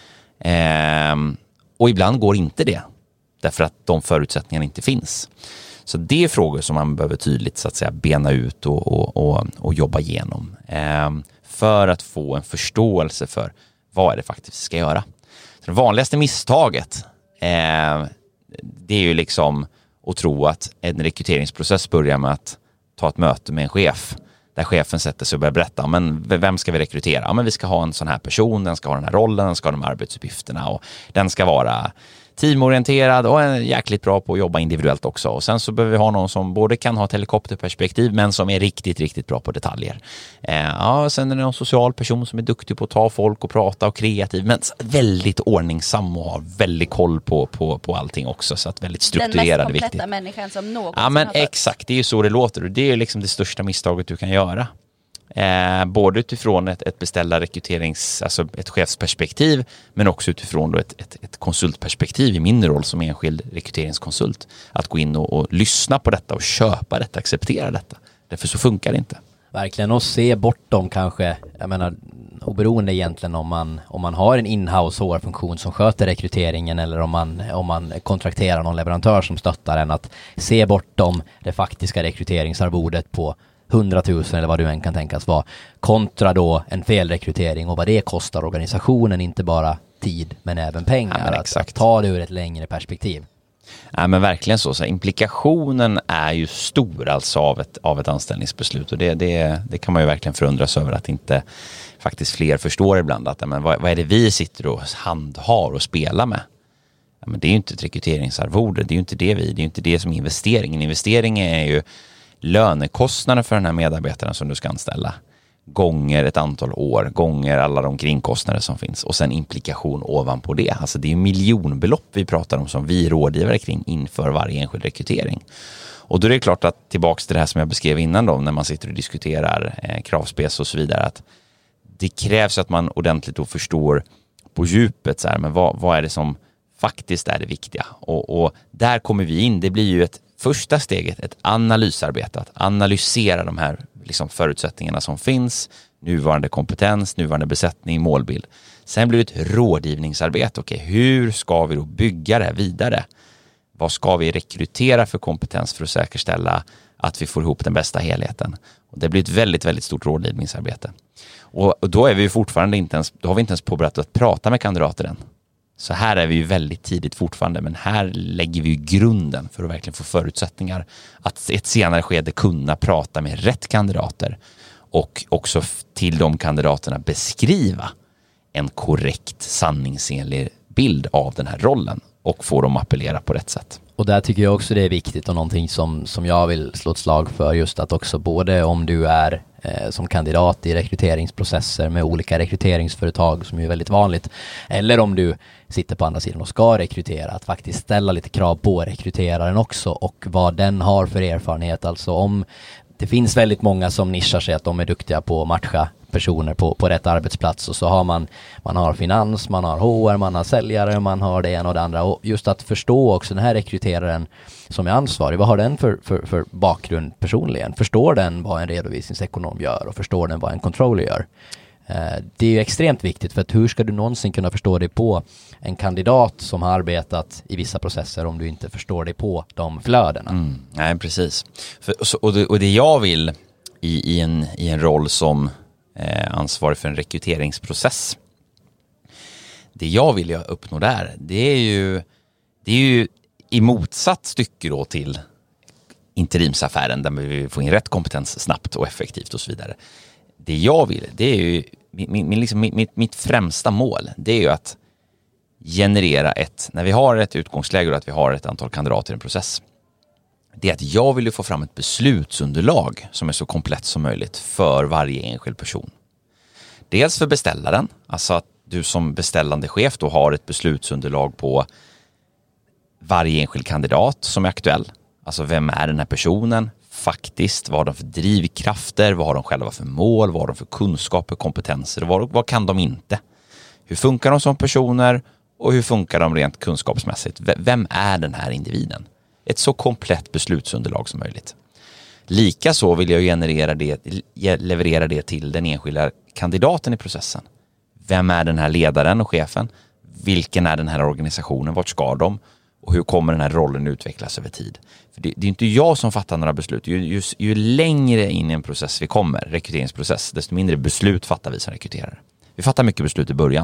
S1: Och ibland går inte det. Därför att de förutsättningarna inte finns. Så det är frågor som man behöver tydligt så att säga bena ut och jobba igenom. För att få en förståelse för vad är det faktiskt vi ska göra. Så det vanligaste misstaget det är ju liksom att tro att en rekryteringsprocess börjar med att ta ett möte med en chef. Där chefen sätter sig och börjar berätta, men vem ska vi rekrytera? Ja, men vi ska ha en sån här person, den ska ha den här rollen, den ska ha de här arbetsuppgifterna och den ska vara teamorienterad och är jäkligt bra på att jobba individuellt också. Och sen så behöver vi ha någon som både kan ha ett helikopterperspektiv men som är riktigt, riktigt bra på detaljer. Sen är det någon social person som är duktig på att ta folk och prata och kreativ, men väldigt ordningsam och har väldigt koll på allting också. Så att väldigt strukturerad är viktigt. Den mest kompletta
S3: människan som någon.
S1: Ja, men exakt, det är ju så det låter och det är liksom det största misstaget du kan göra. Både utifrån ett alltså ett chefsperspektiv, men också utifrån då ett konsultperspektiv i min roll som enskild rekryteringskonsult. Att gå in och lyssna på detta och köpa detta, acceptera detta. Därför så funkar det inte.
S2: Verkligen, och se bortom kanske, jag menar, oberoende egentligen om man har en in-house HR-funktion som sköter rekryteringen eller om man kontrakterar någon leverantör som stöttar en, att se bortom det faktiska rekryteringsarvodet på 100 000 eller vad du än kan tänkas vara, kontra då en felrekrytering och vad det kostar organisationen, inte bara tid men även pengar.
S1: Ja,
S2: att ta det ur ett längre perspektiv.
S1: Ja, men verkligen så implikationen är ju stor alltså av ett anställningsbeslut och det kan man ju verkligen förundras över att inte faktiskt fler förstår ibland att men vad är det vi sitter och handhar och spelar med? Ja, men det är ju inte ett rekryteringsarvode, det är ju inte det det är inte det som är investeringen. Investeringen är ju lönekostnader för den här medarbetaren som du ska anställa gånger ett antal år, gånger alla de kringkostnader som finns och sen implikation ovanpå det. Alltså det är miljonbelopp vi pratar om som vi rådgivare kring inför varje enskild rekrytering. Och då är det klart att tillbaks till det här som jag beskrev innan då, när man sitter och diskuterar kravspec och så vidare, att det krävs att man ordentligt då förstår på djupet så här, men vad är det som faktiskt är det viktiga. Och där kommer vi in, det blir ju ett första steget, ett analysarbete, att analysera de här liksom förutsättningarna som finns, nuvarande kompetens, nuvarande besättning, målbild. Sen blir det ett rådgivningsarbete. Okej, hur ska vi då bygga det här vidare? Vad ska vi rekrytera för kompetens för att säkerställa att vi får ihop den bästa helheten? Och det blir ett väldigt, väldigt stort rådgivningsarbete. Och då är vi ju fortfarande då har vi inte ens påbörjat att prata med kandidater än. Så här är vi ju väldigt tidigt fortfarande, men här lägger vi ju grunden för att verkligen få förutsättningar att i ett senare skede kunna prata med rätt kandidater och också till de kandidaterna beskriva en korrekt, sanningsenlig bild av den här rollen och få dem att appellera på rätt sätt.
S2: Och där tycker jag också det är viktigt och någonting som jag vill slå ett slag för, just att också både om du är som kandidat i rekryteringsprocesser med olika rekryteringsföretag som är väldigt vanligt, eller om du sitter på andra sidan och ska rekrytera, att faktiskt ställa lite krav på rekryteraren också och vad den har för erfarenhet. Alltså om det finns väldigt många som nischar sig att de är duktiga på att matcha personer på rätt arbetsplats, och så har man har finans, man har HR, man har säljare, man har det ena och det andra, och just att förstå också den här rekryteraren som är ansvarig, vad har den för bakgrund personligen? Förstår den vad en redovisningsekonom gör och förstår den vad en controller gör? Det är ju extremt viktigt, för att hur ska du någonsin kunna förstå dig på en kandidat som har arbetat i vissa processer om du inte förstår dig på de flödena?
S1: Nej, precis. Och det jag vill i en roll som ansvarig för en rekryteringsprocess, det jag vill uppnå där, det är ju i motsatt stycke då till interimsaffären där vi får in rätt kompetens snabbt och effektivt och så vidare. Det jag vill, det är ju mitt främsta mål, det är ju att generera när vi har ett utgångsläge och att vi har ett antal kandidater i en process. Det är att jag vill ju få fram ett beslutsunderlag som är så komplett som möjligt för varje enskild person. Dels för beställaren, alltså att du som beställande chef då har ett beslutsunderlag på varje enskild kandidat som är aktuell. Alltså vem är den här personen? Faktiskt, vad har de för drivkrafter, vad har de själva för mål, vad har de för kunskaper, kompetenser och vad kan de inte? Hur funkar de som personer och hur funkar de rent kunskapsmässigt? Vem är den här individen? Ett så komplett beslutsunderlag som möjligt. Likaså vill jag leverera det till den enskilda kandidaten i processen. Vem är den här ledaren och chefen? Vilken är den här organisationen? Vart ska de? Och hur kommer den här rollen utvecklas över tid? För det är inte jag som fattar några beslut. Ju längre in i en process vi kommer, rekryteringsprocess, desto mindre beslut fattar vi som rekryterare. Vi fattar mycket beslut i början.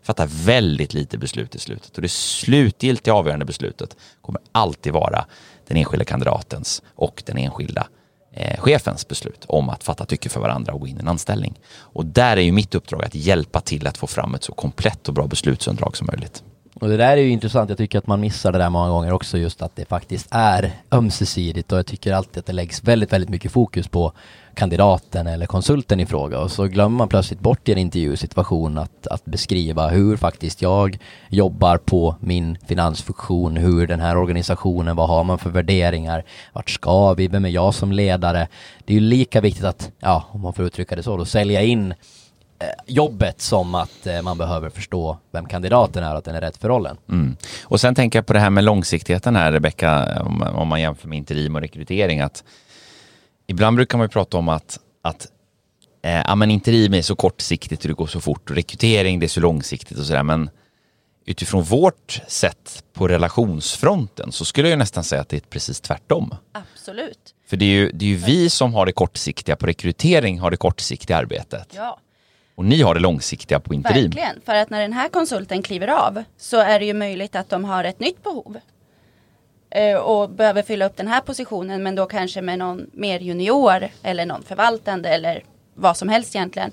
S1: fattar väldigt lite beslut i slutet. Och det slutgiltiga avgörande beslutet kommer alltid vara den enskilda kandidatens och den enskilda chefens beslut om att fatta tycke för varandra och gå in i en anställning. Och där är ju mitt uppdrag att hjälpa till att få fram ett så komplett och bra beslutsunderlag som möjligt.
S2: Och det där är ju intressant. Jag tycker att man missar det där många gånger också, just att det faktiskt är ömsesidigt, och jag tycker alltid att det läggs väldigt, väldigt mycket fokus på kandidaten eller konsulten i fråga, och så glömmer man plötsligt bort i en intervjusituation att beskriva hur faktiskt jag jobbar på min finansfunktion, hur den här organisationen, vad har man för värderingar, vart ska vi, vem är jag som ledare. Det är ju lika viktigt att, ja, om man får uttrycka det så, då sälja in jobbet som att man behöver förstå vem kandidaten är och att den är rätt för rollen.
S1: Och sen tänker jag på det här med långsiktigheten här, Rebecka, om man jämför med interim och rekrytering, att ibland brukar man ju prata om att men interim är så kortsiktigt och det går så fort, och rekrytering det är så långsiktigt och sådär, men utifrån vårt sätt på relationsfronten så skulle jag nästan säga att det är precis tvärtom.
S3: Absolut.
S1: För det är ju vi som har det kortsiktiga på rekrytering, har det kortsiktiga arbetet.
S3: Ja.
S1: Och ni har det långsiktiga på interim.
S3: Verkligen, för att när den här konsulten kliver av så är det ju möjligt att de har ett nytt behov. Och behöver fylla upp den här positionen, men då kanske med någon mer junior eller någon förvaltande eller vad som helst egentligen.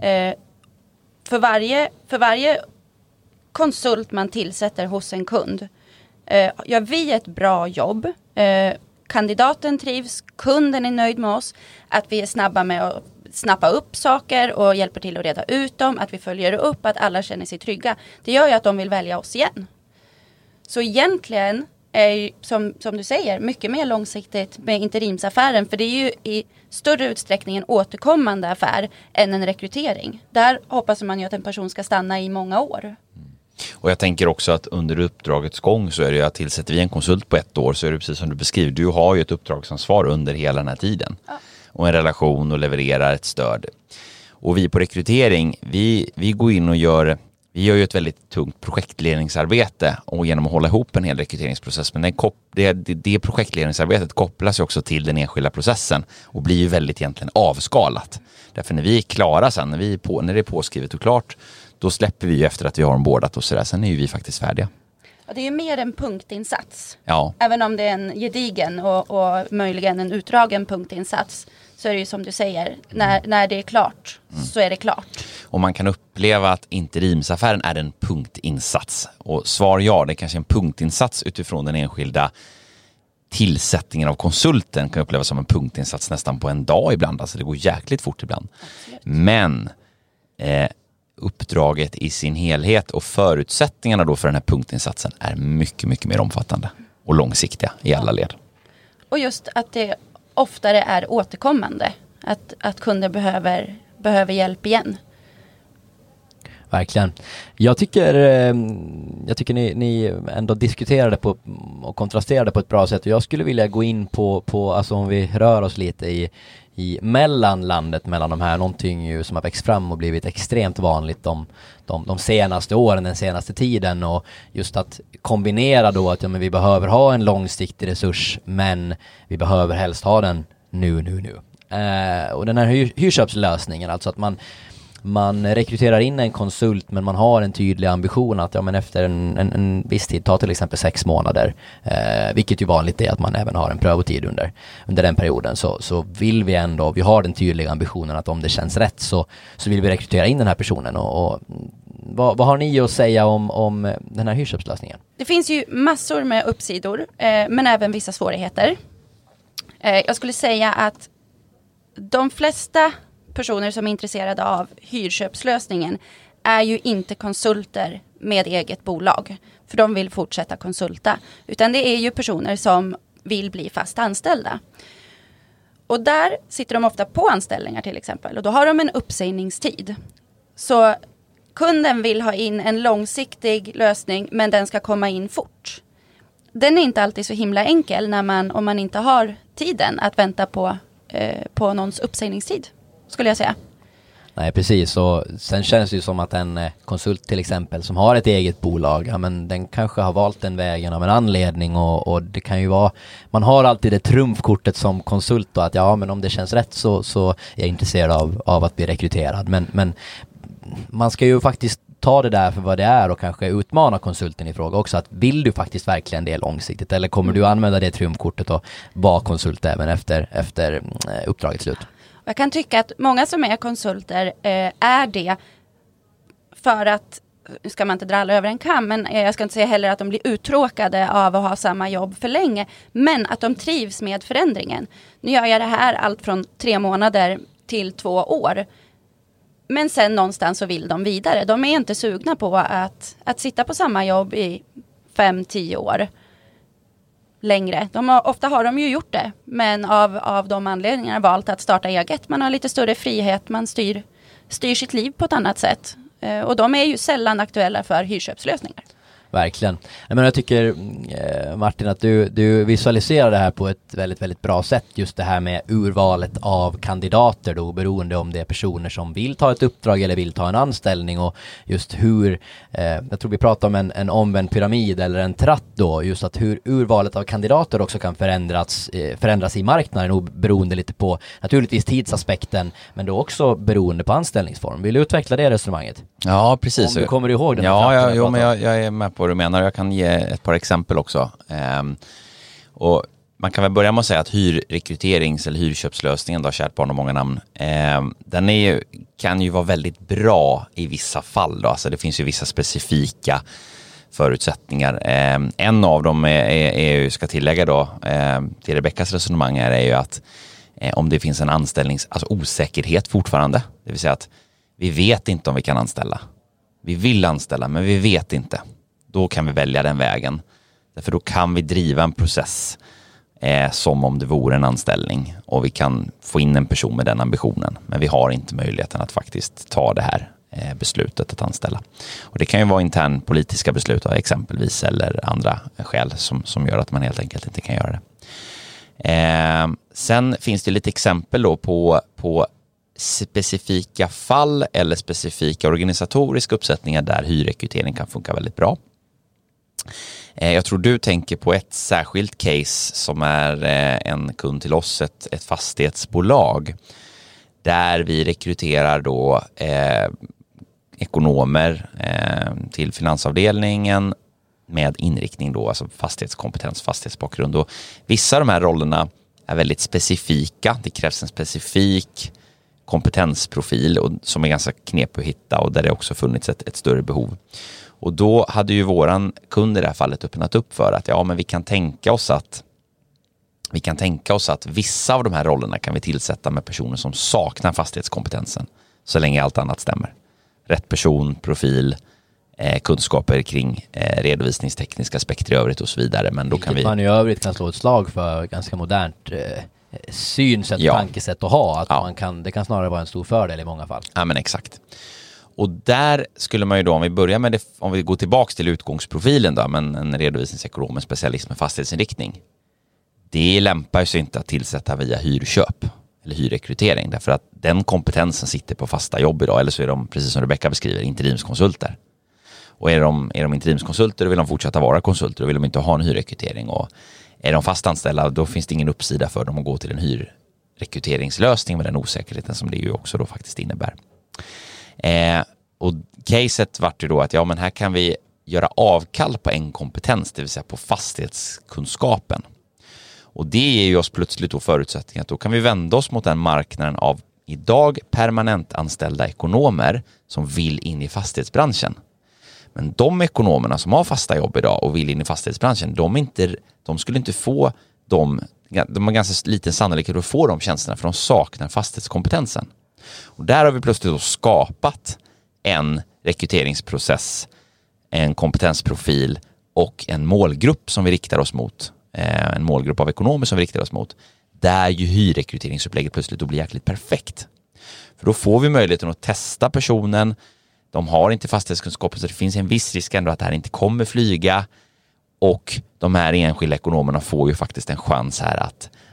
S3: För varje konsult man tillsätter hos en kund gör vi ett bra jobb. Kandidaten trivs, kunden är nöjd med oss, att vi är snabba med att snappa upp saker och hjälper till att reda ut dem, att vi följer upp, att alla känner sig trygga. Det gör ju att de vill välja oss igen. Så egentligen är ju, som du säger, mycket mer långsiktigt med interimsaffären, för det är ju i större utsträckning en återkommande affär än en rekrytering. Där hoppas man ju att en person ska stanna i många år.
S1: Och jag tänker också att under uppdragets gång så är det ju att tillsätter vi en konsult på 1 år, så är det precis som du beskriver, du har ju ett uppdragsansvar under hela den här tiden. Ja. Och en relation och levererar ett stöd. Och vi på rekrytering, vi går in och gör ju ett väldigt tungt projektledningsarbete, och genom att hålla ihop en hel rekryteringsprocess. Men det projektledningsarbetet kopplas ju också till den enskilda processen och blir ju väldigt egentligen avskalat. Därför när vi är klara sen, när det är påskrivet och klart, då släpper vi ju efter att vi har ombordat och sådär. Sen är ju vi faktiskt färdiga.
S3: Och det är ju mer en punktinsats.
S1: Ja.
S3: Även om det är en gedigen och möjligen en utdragen punktinsats, så är det ju som du säger, när det är klart så är det klart. Och
S1: man kan uppleva att interimsaffären är en punktinsats. Och svar ja, det är kanske en punktinsats utifrån den enskilda tillsättningen av konsulten, kan upplevas som en punktinsats nästan på en dag ibland. Alltså det går jäkligt fort ibland. Absolut. Men uppdraget i sin helhet och förutsättningarna då för den här punktinsatsen är mycket, mycket mer omfattande och långsiktiga i alla led. Och
S3: just att det oftare är återkommande. Att kunder behöver hjälp igen.
S2: Verkligen. Jag tycker ni ändå diskuterade på och kontrasterade på ett bra sätt. Och jag skulle vilja gå in på alltså om vi rör oss lite i mellanlandet mellan de här, någonting ju som har växt fram och blivit extremt vanligt de senaste åren, den senaste tiden, och just att kombinera då att vi behöver ha en långsiktig resurs, men vi behöver helst ha den nu. Och den här hyrköpslösningen, alltså att man rekryterar in en konsult, men man har en tydlig ambition att efter en viss tid, ta till exempel 6 månader, vilket ju vanligt är att man även har en prövotid under den perioden, så vill vi ändå, vi har den tydliga ambitionen att om det känns rätt så vill vi rekrytera in den här personen. Och vad har ni att säga om den här hyrköpslösningen? Det
S3: finns ju massor med uppsidor, men även vissa svårigheter. Jag skulle säga att de flesta personer som är intresserade av hyrköpslösningen är ju inte konsulter med eget bolag, för de vill fortsätta konsulta, utan det är ju personer som vill bli fast anställda. Och där sitter de ofta på anställningar till exempel, och då har de en uppsägningstid. Så kunden vill ha in en långsiktig lösning, men den ska komma in fort. Den är inte alltid så himla enkel om man inte har tiden att vänta på någons uppsägningstid, skulle jag säga.
S2: Nej, precis. Och sen känns det ju som att en konsult till exempel som har ett eget bolag, men den kanske har valt den vägen av en anledning, och det kan ju vara, man har alltid det trumfkortet som konsult då, att men om det känns rätt så är jag intresserad av att bli rekryterad. Men man ska ju faktiskt ta det där för vad det är och kanske utmana konsulten i fråga också, att vill du faktiskt verkligen det långsiktigt, eller kommer du använda det trumkortet och vara konsult även efter uppdragets slut?
S3: Jag kan tycka att många som är konsulter är det för att, nu ska man inte dra alla över en kam, men jag ska inte säga heller att de blir uttråkade av att ha samma jobb för länge, men att de trivs med förändringen. Nu gör jag det här allt från 3 månader till 2 år. Men sen någonstans så vill de vidare. De är inte sugna på att sitta på samma jobb i 5-10 år längre. Ofta har de ju gjort det, men av de anledningarna valt att starta eget. Man har lite större frihet, man styr sitt liv på ett annat sätt. Och de är ju sällan aktuella för hyrköpslösningar.
S2: Verkligen. Men jag tycker, Martin, att du visualiserar det här på ett väldigt, väldigt bra sätt. Just det här med urvalet av kandidater då, beroende om det är personer som vill ta ett uppdrag eller vill ta en anställning, och just hur, jag tror vi pratar om en omvänd pyramid eller en tratt då, just att hur urvalet av kandidater också kan förändras i marknaden, och beroende lite på naturligtvis tidsaspekten, men då också beroende på anställningsform. Vill du utveckla det resonemanget?
S1: Ja, precis.
S2: Om du kommer ihåg den.
S1: Ja, men jag är med på vad du menar. Jag kan ge ett par exempel också. Och man kan väl börja med att säga att hyrrekryterings- eller hyrköpslösningen, då, kärt barn och många namn, den kan ju vara väldigt bra i vissa fall. Då. Alltså det finns ju vissa specifika förutsättningar. En av dem är ska tillägga då, till Rebeckas resonemang är ju att om det finns en alltså osäkerhet fortfarande, det vill säga att vi vet inte om vi kan anställa. Vi vill anställa, men vi vet inte. Då kan vi välja den vägen. Därför då kan vi driva en process som om det vore en anställning. Och vi kan få in en person med den ambitionen. Men vi har inte möjligheten att faktiskt ta det här beslutet att anställa. Och det kan ju vara intern politiska beslut exempelvis, eller andra skäl som gör att man helt enkelt inte kan göra det. Sen finns det lite exempel då på specifika fall eller specifika organisatoriska uppsättningar där hyrrekrytering kan funka väldigt bra. Jag tror du tänker på ett särskilt case som är en kund till oss, ett fastighetsbolag, där vi rekryterar då ekonomer till finansavdelningen med inriktning då, alltså fastighetskompetens, fastighetsbakgrund. Och vissa av de här rollerna är väldigt specifika. Det krävs en specifik kompetensprofil och som är ganska knepig att hitta, och där det också funnits ett större behov. Och då hade ju våran kund i det här fallet öppnat upp för att men vi kan tänka oss att vissa av de här rollerna kan vi tillsätta med personer som saknar fastighetskompetensen, så länge allt annat stämmer. Rätt person, profil, kunskaper kring redovisningstekniska aspekter i övrigt och så vidare. Men då kan vi... man
S2: i övrigt kan slå ett slag för ganska modernt synsätt, tankesätt att ha. Att det kan snarare vara en stor fördel i många fall.
S1: Ja, men exakt. Och där skulle man ju då, om vi börjar med det, om vi går tillbaka till utgångsprofilen då, men en redovisningsekonom med specialist med fastighetsinriktning. Det lämpar sig inte att tillsätta via hyrköp eller hyrrekrytering, därför att den kompetensen sitter på fasta jobb idag, eller så är de, precis som Rebecka beskriver, interimskonsulter. Och är de interimskonsulter, då vill de fortsätta vara konsulter, då vill de inte ha en hyrrekrytering. Och är de fastanställda, då finns det ingen uppsida för dem att gå till en hyrrekryteringslösning med den osäkerheten som det ju också då faktiskt innebär. Och caset vart ju då att men här kan vi göra avkall på en kompetens, det vill säga på fastighetskunskapen. Och det ger ju oss plötsligt då förutsättningar att då kan vi vända oss mot den marknaden av idag permanent anställda ekonomer som vill in i fastighetsbranschen. Men de ekonomerna som har fasta jobb idag och vill in i fastighetsbranschen, de skulle inte få de har ganska liten sannolikhet att få de tjänsterna, för de saknar fastighetskompetensen. Och där har vi plötsligt då skapat en rekryteringsprocess, en kompetensprofil och en målgrupp som vi riktar oss mot. En målgrupp av ekonomer som vi riktar oss mot. Där ju hyrrekryteringsupplägget plötsligt då blir jäkligt perfekt. För då får vi möjligheten att testa personen. De har inte fastighetskunskapen, så det finns en viss risk ändå att det här inte kommer flyga. Och de här enskilda ekonomerna får ju faktiskt en chans här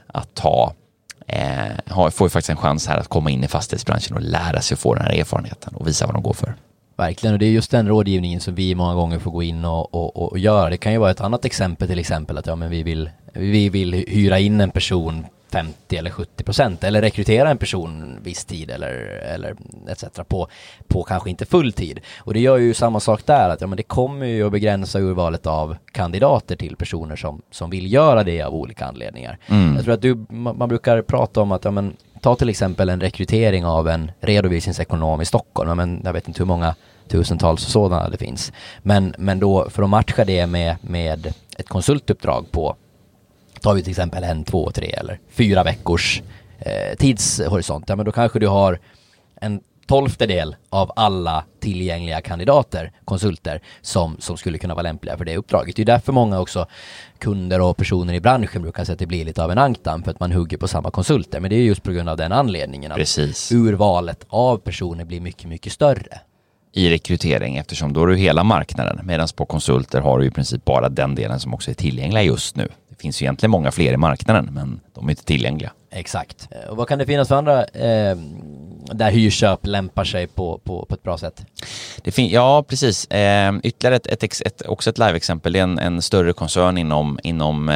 S1: får ju faktiskt en chans här att komma in i fastighetsbranschen och lära sig att få den här erfarenheten och visa vad de går för.
S2: Verkligen, och det är just den rådgivningen som vi många gånger får gå in och göra. Det kan ju vara ett annat exempel, till exempel att men vi vill hyra in en person 50 eller 70% eller rekrytera en person viss tid eller etc. på kanske inte full tid. Och det gör ju samma sak där, att men det kommer ju att begränsa urvalet av kandidater till personer som vill göra det av olika anledningar. Jag tror att man brukar prata om att ta till exempel en rekrytering av en redovisningsekonom i Stockholm. Men jag vet inte hur många tusentals sådana det finns. Men då för att matcha det med ett konsultuppdrag på, tar vi till exempel 1, 2, 3 eller 4 veckors tidshorisont. Men då kanske du har en 12:e av alla tillgängliga kandidater, konsulter, som skulle kunna vara lämpliga för det uppdraget. Det är därför många också kunder och personer i branschen brukar säga att det blir lite av en ankdamm för att man hugger på samma konsulter. Men det är just på grund av den anledningen att urvalet av personer blir mycket, mycket större.
S1: I rekrytering, eftersom då är du hela marknaden, medan på konsulter har du i princip bara den delen som också är tillgängliga just nu. Det finns ju egentligen många fler i marknaden, men de är inte tillgängliga.
S2: Exakt. Och vad kan det finnas för andra där hyrköp lämpar sig på ett bra sätt?
S1: Ja, precis. Ytterligare också ett live-exempel. Det är en större koncern inom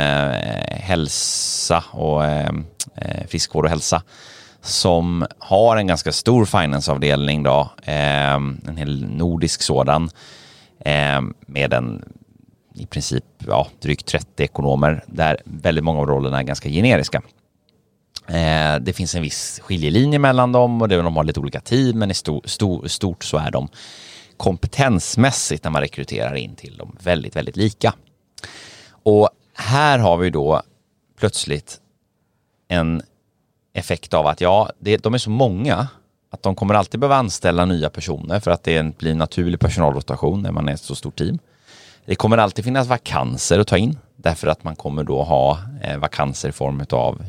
S1: hälsa och friskvård och hälsa, som har en ganska stor financeavdelning då, en hel nordisk sådan, med i princip drygt 30 ekonomer, där väldigt många av rollerna är ganska generiska. Det finns en viss skiljelinje mellan dem och de har lite olika team, men i stort så är de kompetensmässigt, när man rekryterar in till dem, väldigt, väldigt lika. Och här har vi då plötsligt en effekt av att de är så många att de kommer alltid behöva anställa nya personer för att det blir en naturlig personalrotation när man är ett så stort team. Det kommer alltid finnas vakanser att ta in, därför att man kommer då ha vakanser i form av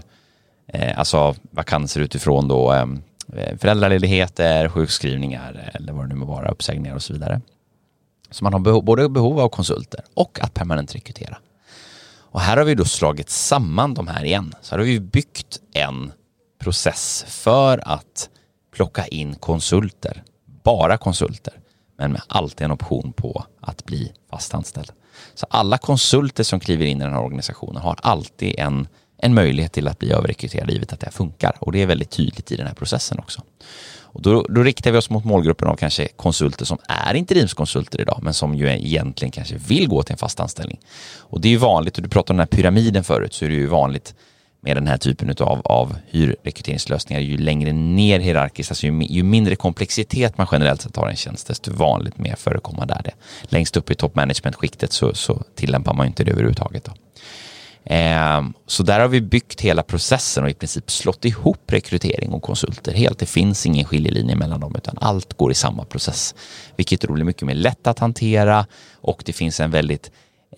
S1: alltså vakanser utifrån då föräldraledigheter, sjukskrivningar eller vad det nu må vara, uppsägningar och så vidare. Så man har både behov av konsulter och att permanent rekrytera. Och här har vi då slagit samman de här igen. Så här har vi byggt en process för att plocka in konsulter, bara konsulter, men med alltid en option på att bli fastanställd. Så alla konsulter som kliver in i den här organisationen har alltid en möjlighet till att bli överrekryterade, givet att det funkar. Och det är väldigt tydligt i den här processen också. Och då riktar vi oss mot målgruppen av kanske konsulter som är interimskonsulter idag, men som ju egentligen kanske vill gå till en fast anställning. Och det är ju vanligt, och du pratade om den här pyramiden förut, så är det ju vanligt med den här typen av hyrrekryteringslösningar. Ju längre ner hierarkiskt, alltså ju mindre komplexitet man generellt sett har en tjänst, desto vanligt mer förekommer där det. Längst upp i toppmanagement-skiktet så tillämpar man ju inte det överhuvudtaget då. Så där har vi byggt hela processen och i princip slått ihop rekrytering och konsulter helt. Det finns ingen skiljelinje mellan dem, utan allt går i samma process, vilket är mycket mer lätt att hantera, och det finns en väldigt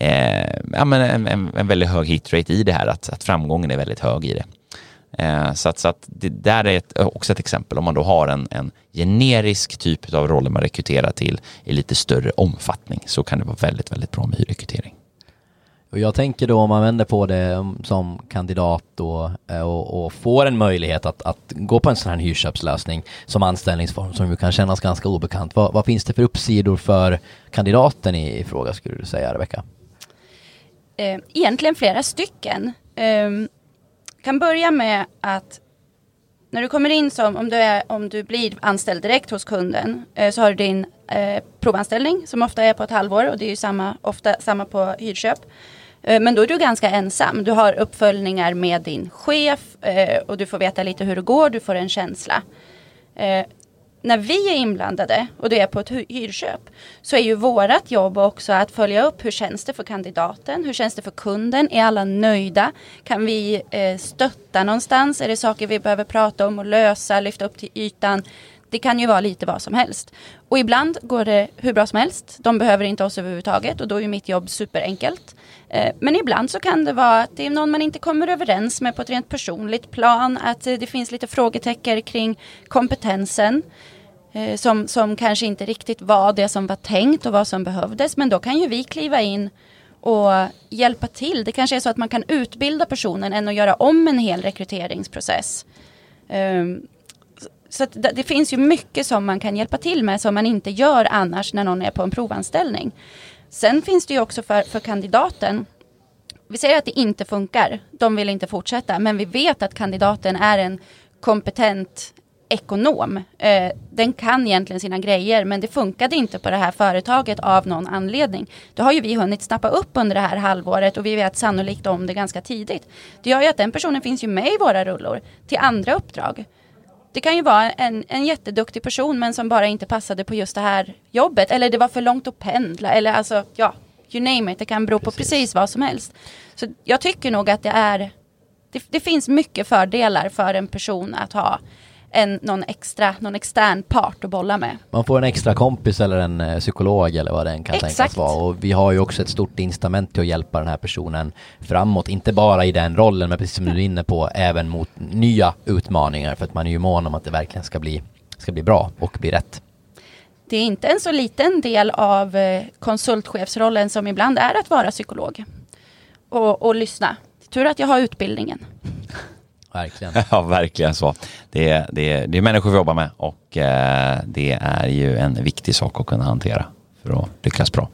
S1: en väldigt hög hitrate i det här, att framgången är väldigt hög i det. Så att det där är också ett exempel. Om man då har en generisk typ av roller man rekryterar till i lite större omfattning, så kan det vara väldigt, väldigt bra med hyrrekrytering.
S2: Och jag tänker då, om man vänder på det som kandidat då, och får en möjlighet att gå på en sån här hyrköpslösning som anställningsform, som ju kan kännas ganska obekant. Vad finns det för uppsidor för kandidaten i fråga, skulle du säga, Rebecka?
S3: Egentligen flera stycken. Kan börja med att när du kommer in om du blir anställd direkt hos kunden, så har du din provanställning som ofta är på ett halvår, och det är ju ofta samma på hyrköp. Men då är du ganska ensam. Du har uppföljningar med din chef och du får veta lite hur det går, du får en känsla. När vi är inblandade och det är på ett hyrköp, så är ju vårat jobb också att följa upp hur känns det för kandidaten, hur känns det för kunden, är alla nöjda, kan vi stötta någonstans, är det saker vi behöver prata om och lösa, lyfta upp till ytan. Det kan ju vara lite vad som helst. Och ibland går det hur bra som helst. De behöver inte oss överhuvudtaget, och då är ju mitt jobb superenkelt. Men ibland så kan det vara att det är någon man inte kommer överens med på ett rent personligt plan. Att det finns lite frågetecken kring kompetensen. Som kanske inte riktigt var det som var tänkt och vad som behövdes. Men då kan ju vi kliva in och hjälpa till. Det kanske är så att man kan utbilda personen än att göra om en hel rekryteringsprocess. Så att det finns ju mycket som man kan hjälpa till med som man inte gör annars när någon är på en provanställning. Sen finns det ju också för kandidaten vi säger att det inte funkar, de vill inte fortsätta, men vi vet att kandidaten är en kompetent ekonom. Den kan egentligen sina grejer, men det funkade inte på det här företaget av någon anledning. Det har ju vi hunnit snappa upp under det här halvåret och vi vet sannolikt om det ganska tidigt. Det gör ju att den personen finns ju med i våra rullor till andra uppdrag. Det kan ju vara en jätteduktig person men som bara inte passade på just det här jobbet, eller det var för långt att pendla, eller alltså, ja, you name it, det kan bero på precis vad som helst. Så jag tycker nog att det finns mycket fördelar för en person att ha någon extern part att bolla med.
S2: Man får en extra kompis eller en psykolog eller vad den kan tänkas vara. Och vi har ju också ett stort incitament till att hjälpa den här personen framåt. Inte bara i den rollen, men precis som du är inne på, även mot nya utmaningar. För att man är ju mån om att det verkligen ska bli bra och bli rätt.
S3: Det är inte en så liten del av konsultchefsrollen som ibland är att vara psykolog. Och lyssna. Tur att jag har utbildningen.
S2: Verkligen.
S1: Ja, verkligen så. Det är människor vi jobbar med och det är ju en viktig sak att kunna hantera för att lyckas bra.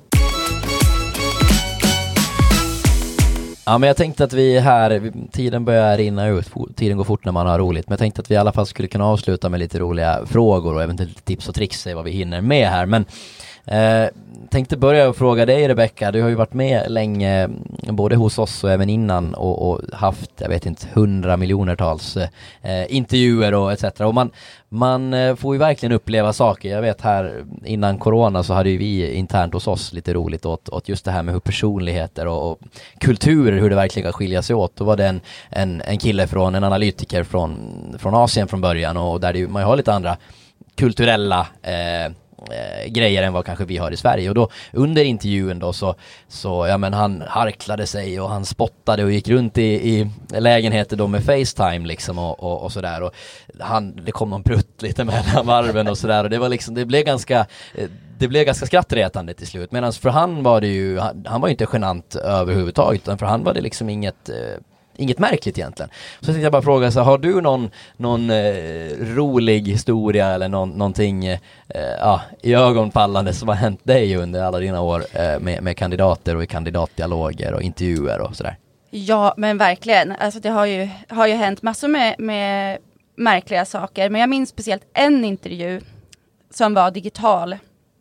S2: Ja, men jag tänkte att vi här, tiden börjar rinna ut, tiden går fort när man har roligt, men jag tänkte att vi i alla fall skulle kunna avsluta med lite roliga frågor och eventuellt tips och tricks vad vi hinner med här, men tänkte börja och fråga dig, Rebecka. Du har ju varit med länge både hos oss och även innan och haft, jag vet inte, 100 miljonertals intervjuer och etc. Och man får ju verkligen uppleva saker. Jag vet här innan corona så hade ju vi internt hos oss lite roligt åt just det här med hur personligheter och kulturer, hur det verkligen kan skilja sig åt. Då var det en kille en analytiker från Asien från början, och där man har lite andra kulturella grejer än vad kanske vi har i Sverige. Och då under intervjun då så ja, men han harklade sig och han spottade och gick runt i lägenheter då med FaceTime liksom och sådär, och det kom någon prutt lite mellan varven och sådär, och det var liksom, det blev ganska skrattretande till slut, medan för han var det ju, han var ju inte genant överhuvudtaget, utan för han var det liksom inget märkligt egentligen. Så tänkte jag bara fråga, så har du någon rolig historia eller någonting i ögonfallande som har hänt dig under alla dina år med kandidater och i kandidatdialoger och intervjuer och sådär? Ja, men verkligen. Alltså det har ju hänt massor med märkliga saker, men jag minns speciellt en intervju som var digital.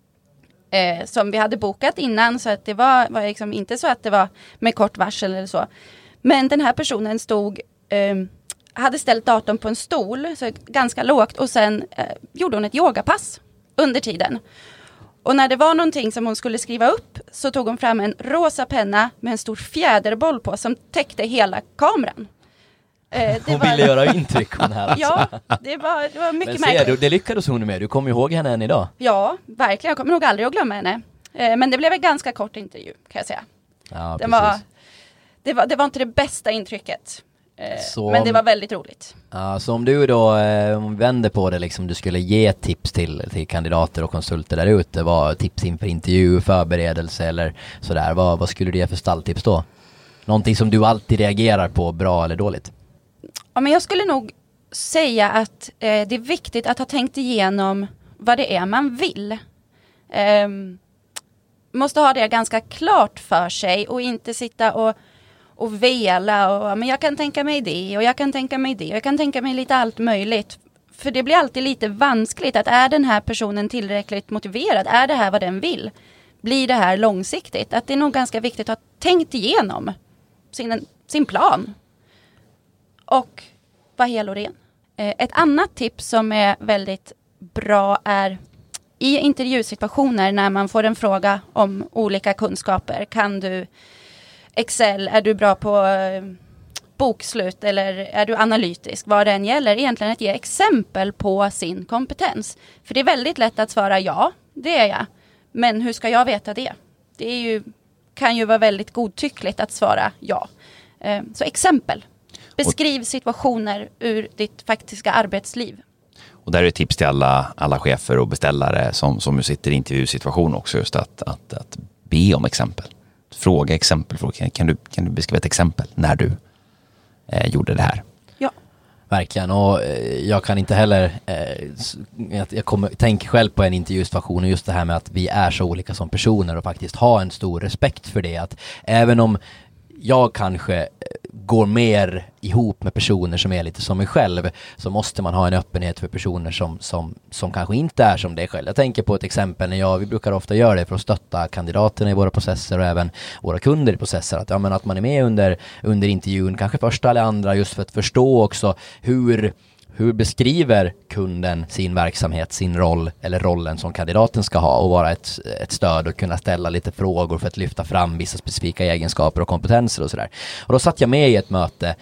S2: Som vi hade bokat innan, så att det var liksom inte så att det var med kort varsel eller så. Men den här personen hade ställt datorn på en stol, så ganska lågt, och sen gjorde hon ett yogapass under tiden. Och när det var någonting som hon skulle skriva upp så tog hon fram en rosa penna med en stor fjäderboll på som täckte hela kameran. Hon ville göra intryck hon här alltså. Ja, det var mycket märkligt. Det lyckades hon med, du kommer ihåg henne än idag. Ja, verkligen, jag kommer nog aldrig att glömma henne. Men det blev en ganska kort intervju, kan jag säga. Ja, det var inte det bästa intrycket. Men det var väldigt roligt. Ja, så om du då vänder på det, liksom, du skulle ge tips till kandidater och konsulter där ute, vad tips inför intervju, förberedelse eller sådär, vad skulle du ge för stalltips då? Någonting som du alltid reagerar på, bra eller dåligt? Ja, men jag skulle nog säga att det är viktigt att ha tänkt igenom vad det är man vill. Måste ha det ganska klart för sig och inte sitta och vela och men jag kan tänka mig det och jag kan tänka mig det och jag kan tänka mig lite allt möjligt. För det blir alltid lite vanskligt, att är den här personen tillräckligt motiverad? Är det här vad den vill? Blir det här långsiktigt? Att det är nog ganska viktigt att ha tänkt igenom sin plan. Och vara hel och ren. Ett annat tips som är väldigt bra är i intervjusituationer när man får en fråga om olika kunskaper. Kan du Excel? Är du bra på bokslut? Eller är du analytisk? Vad den gäller. Egentligen att ge exempel på sin kompetens. För det är väldigt lätt att svara ja, det är jag. Men hur ska jag veta det? Det kan ju vara väldigt godtyckligt att svara ja. Så exempel. Beskriv situationer ur ditt faktiska arbetsliv. Och där är ett tips till alla chefer och beställare som sitter i intervjusituation också, just att be om exempel. Fråga exempel. Kan du beskriva ett exempel när du gjorde det här? Ja. Verkligen, och jag kan inte heller tänker själv på en intervjusituation och just det här med att vi är så olika som personer och faktiskt ha en stor respekt för det, att även om jag kanske går mer ihop med personer som är lite som mig själv, så måste man ha en öppenhet för personer som kanske inte är som dig själv. Jag tänker på ett exempel när vi brukar ofta göra det för att stötta kandidaterna i våra processer och även våra kunder i processer, att man är med under intervjun, kanske första eller andra, just för att förstå också hur beskriver kunden sin verksamhet, sin roll eller rollen som kandidaten ska ha, och vara ett stöd och kunna ställa lite frågor för att lyfta fram vissa specifika egenskaper och kompetenser och sådär. Och då satt jag med i ett möte.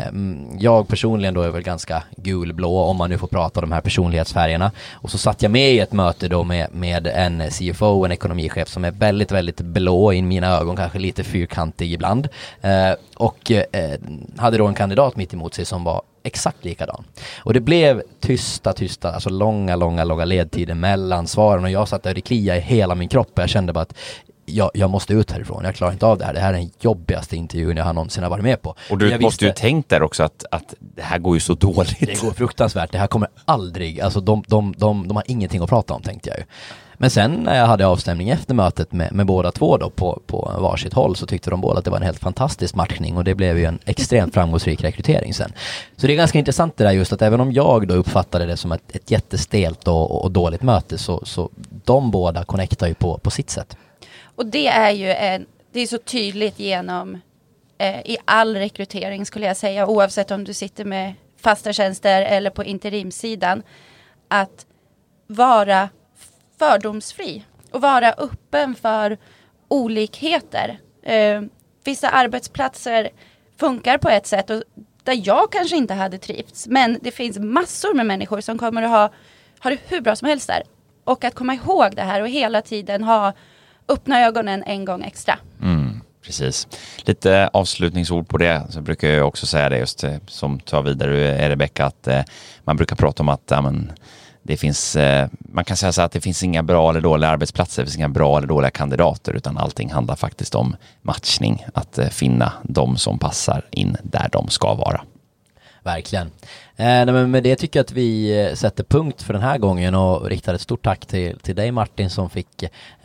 S2: Jag personligen då är väl ganska gulblå, om man nu får prata om de här personlighetsfärgerna. Och så satt jag med i ett möte då med en CFO, en ekonomichef som är väldigt, väldigt blå i mina ögon, kanske lite fyrkantig ibland. Och hade då en kandidat mitt emot sig som var exakt likadan. Och det blev tysta, alltså långa ledtider mellan svaren, och jag satt där och klia i hela min kropp, och jag kände bara att jag måste ut härifrån, jag klarar inte av det här. Det här är den jobbigaste intervjun jag har någonsin varit med på.
S1: Och du måste ju tänkt där också att det här går ju så dåligt.
S2: Det går fruktansvärt, det här kommer aldrig, alltså de har ingenting att prata om, tänkte jag ju. Men sen när jag hade avstämning efter mötet med båda två då på varsitt håll, så tyckte de båda att det var en helt fantastisk matchning, och det blev ju en extremt framgångsrik rekrytering sen. Så det är ganska intressant det där, just att även om jag då uppfattade det som ett jättestelt och dåligt möte, så de båda connectar ju på sitt sätt.
S3: Och det är ju det är så tydligt genom i all rekrytering, skulle jag säga, oavsett om du sitter med fasta tjänster eller på interimsidan, att vara fördomsfri och vara öppen för olikheter. Vissa arbetsplatser funkar på ett sätt och där jag kanske inte hade trivts, men det finns massor med människor som kommer att ha det hur bra som helst där. Och att komma ihåg det här och hela tiden öppna ögonen en gång extra.
S1: Precis. Lite avslutningsord på det, så brukar jag också säga det, just som tar vidare Rebecka, att man brukar prata om att det finns, man kan säga så att det finns inga bra eller dåliga arbetsplatser, det finns inga bra eller dåliga kandidater, utan allting handlar faktiskt om matchning, att finna de som passar in där de ska vara.
S2: Verkligen. Men med det tycker jag att vi sätter punkt för den här gången, och riktar ett stort tack till dig, Martin, som fick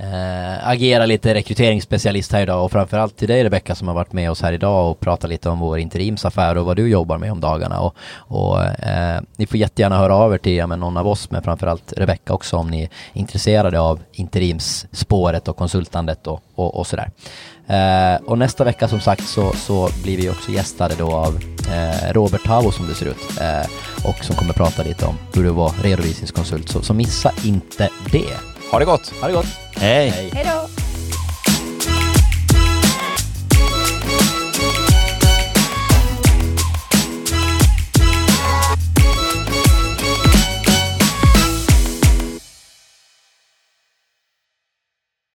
S2: agera lite rekryteringsspecialist här idag, och framförallt till dig, Rebecka, som har varit med oss här idag och pratat lite om vår interimsaffär och vad du jobbar med om dagarna. Och ni får jättegärna höra av er till någon av oss, men framförallt Rebecka också, om ni är intresserade av interimsspåret och konsultandet och sådär. Och nästa vecka, som sagt, så blir vi också gästade då av Robert Tavo, som det ser ut, och som kommer prata lite om hur det var redovisningskonsult, så missa inte det.
S1: Ha det gott!
S2: Ha det gott!
S1: Hej!
S3: Hej då!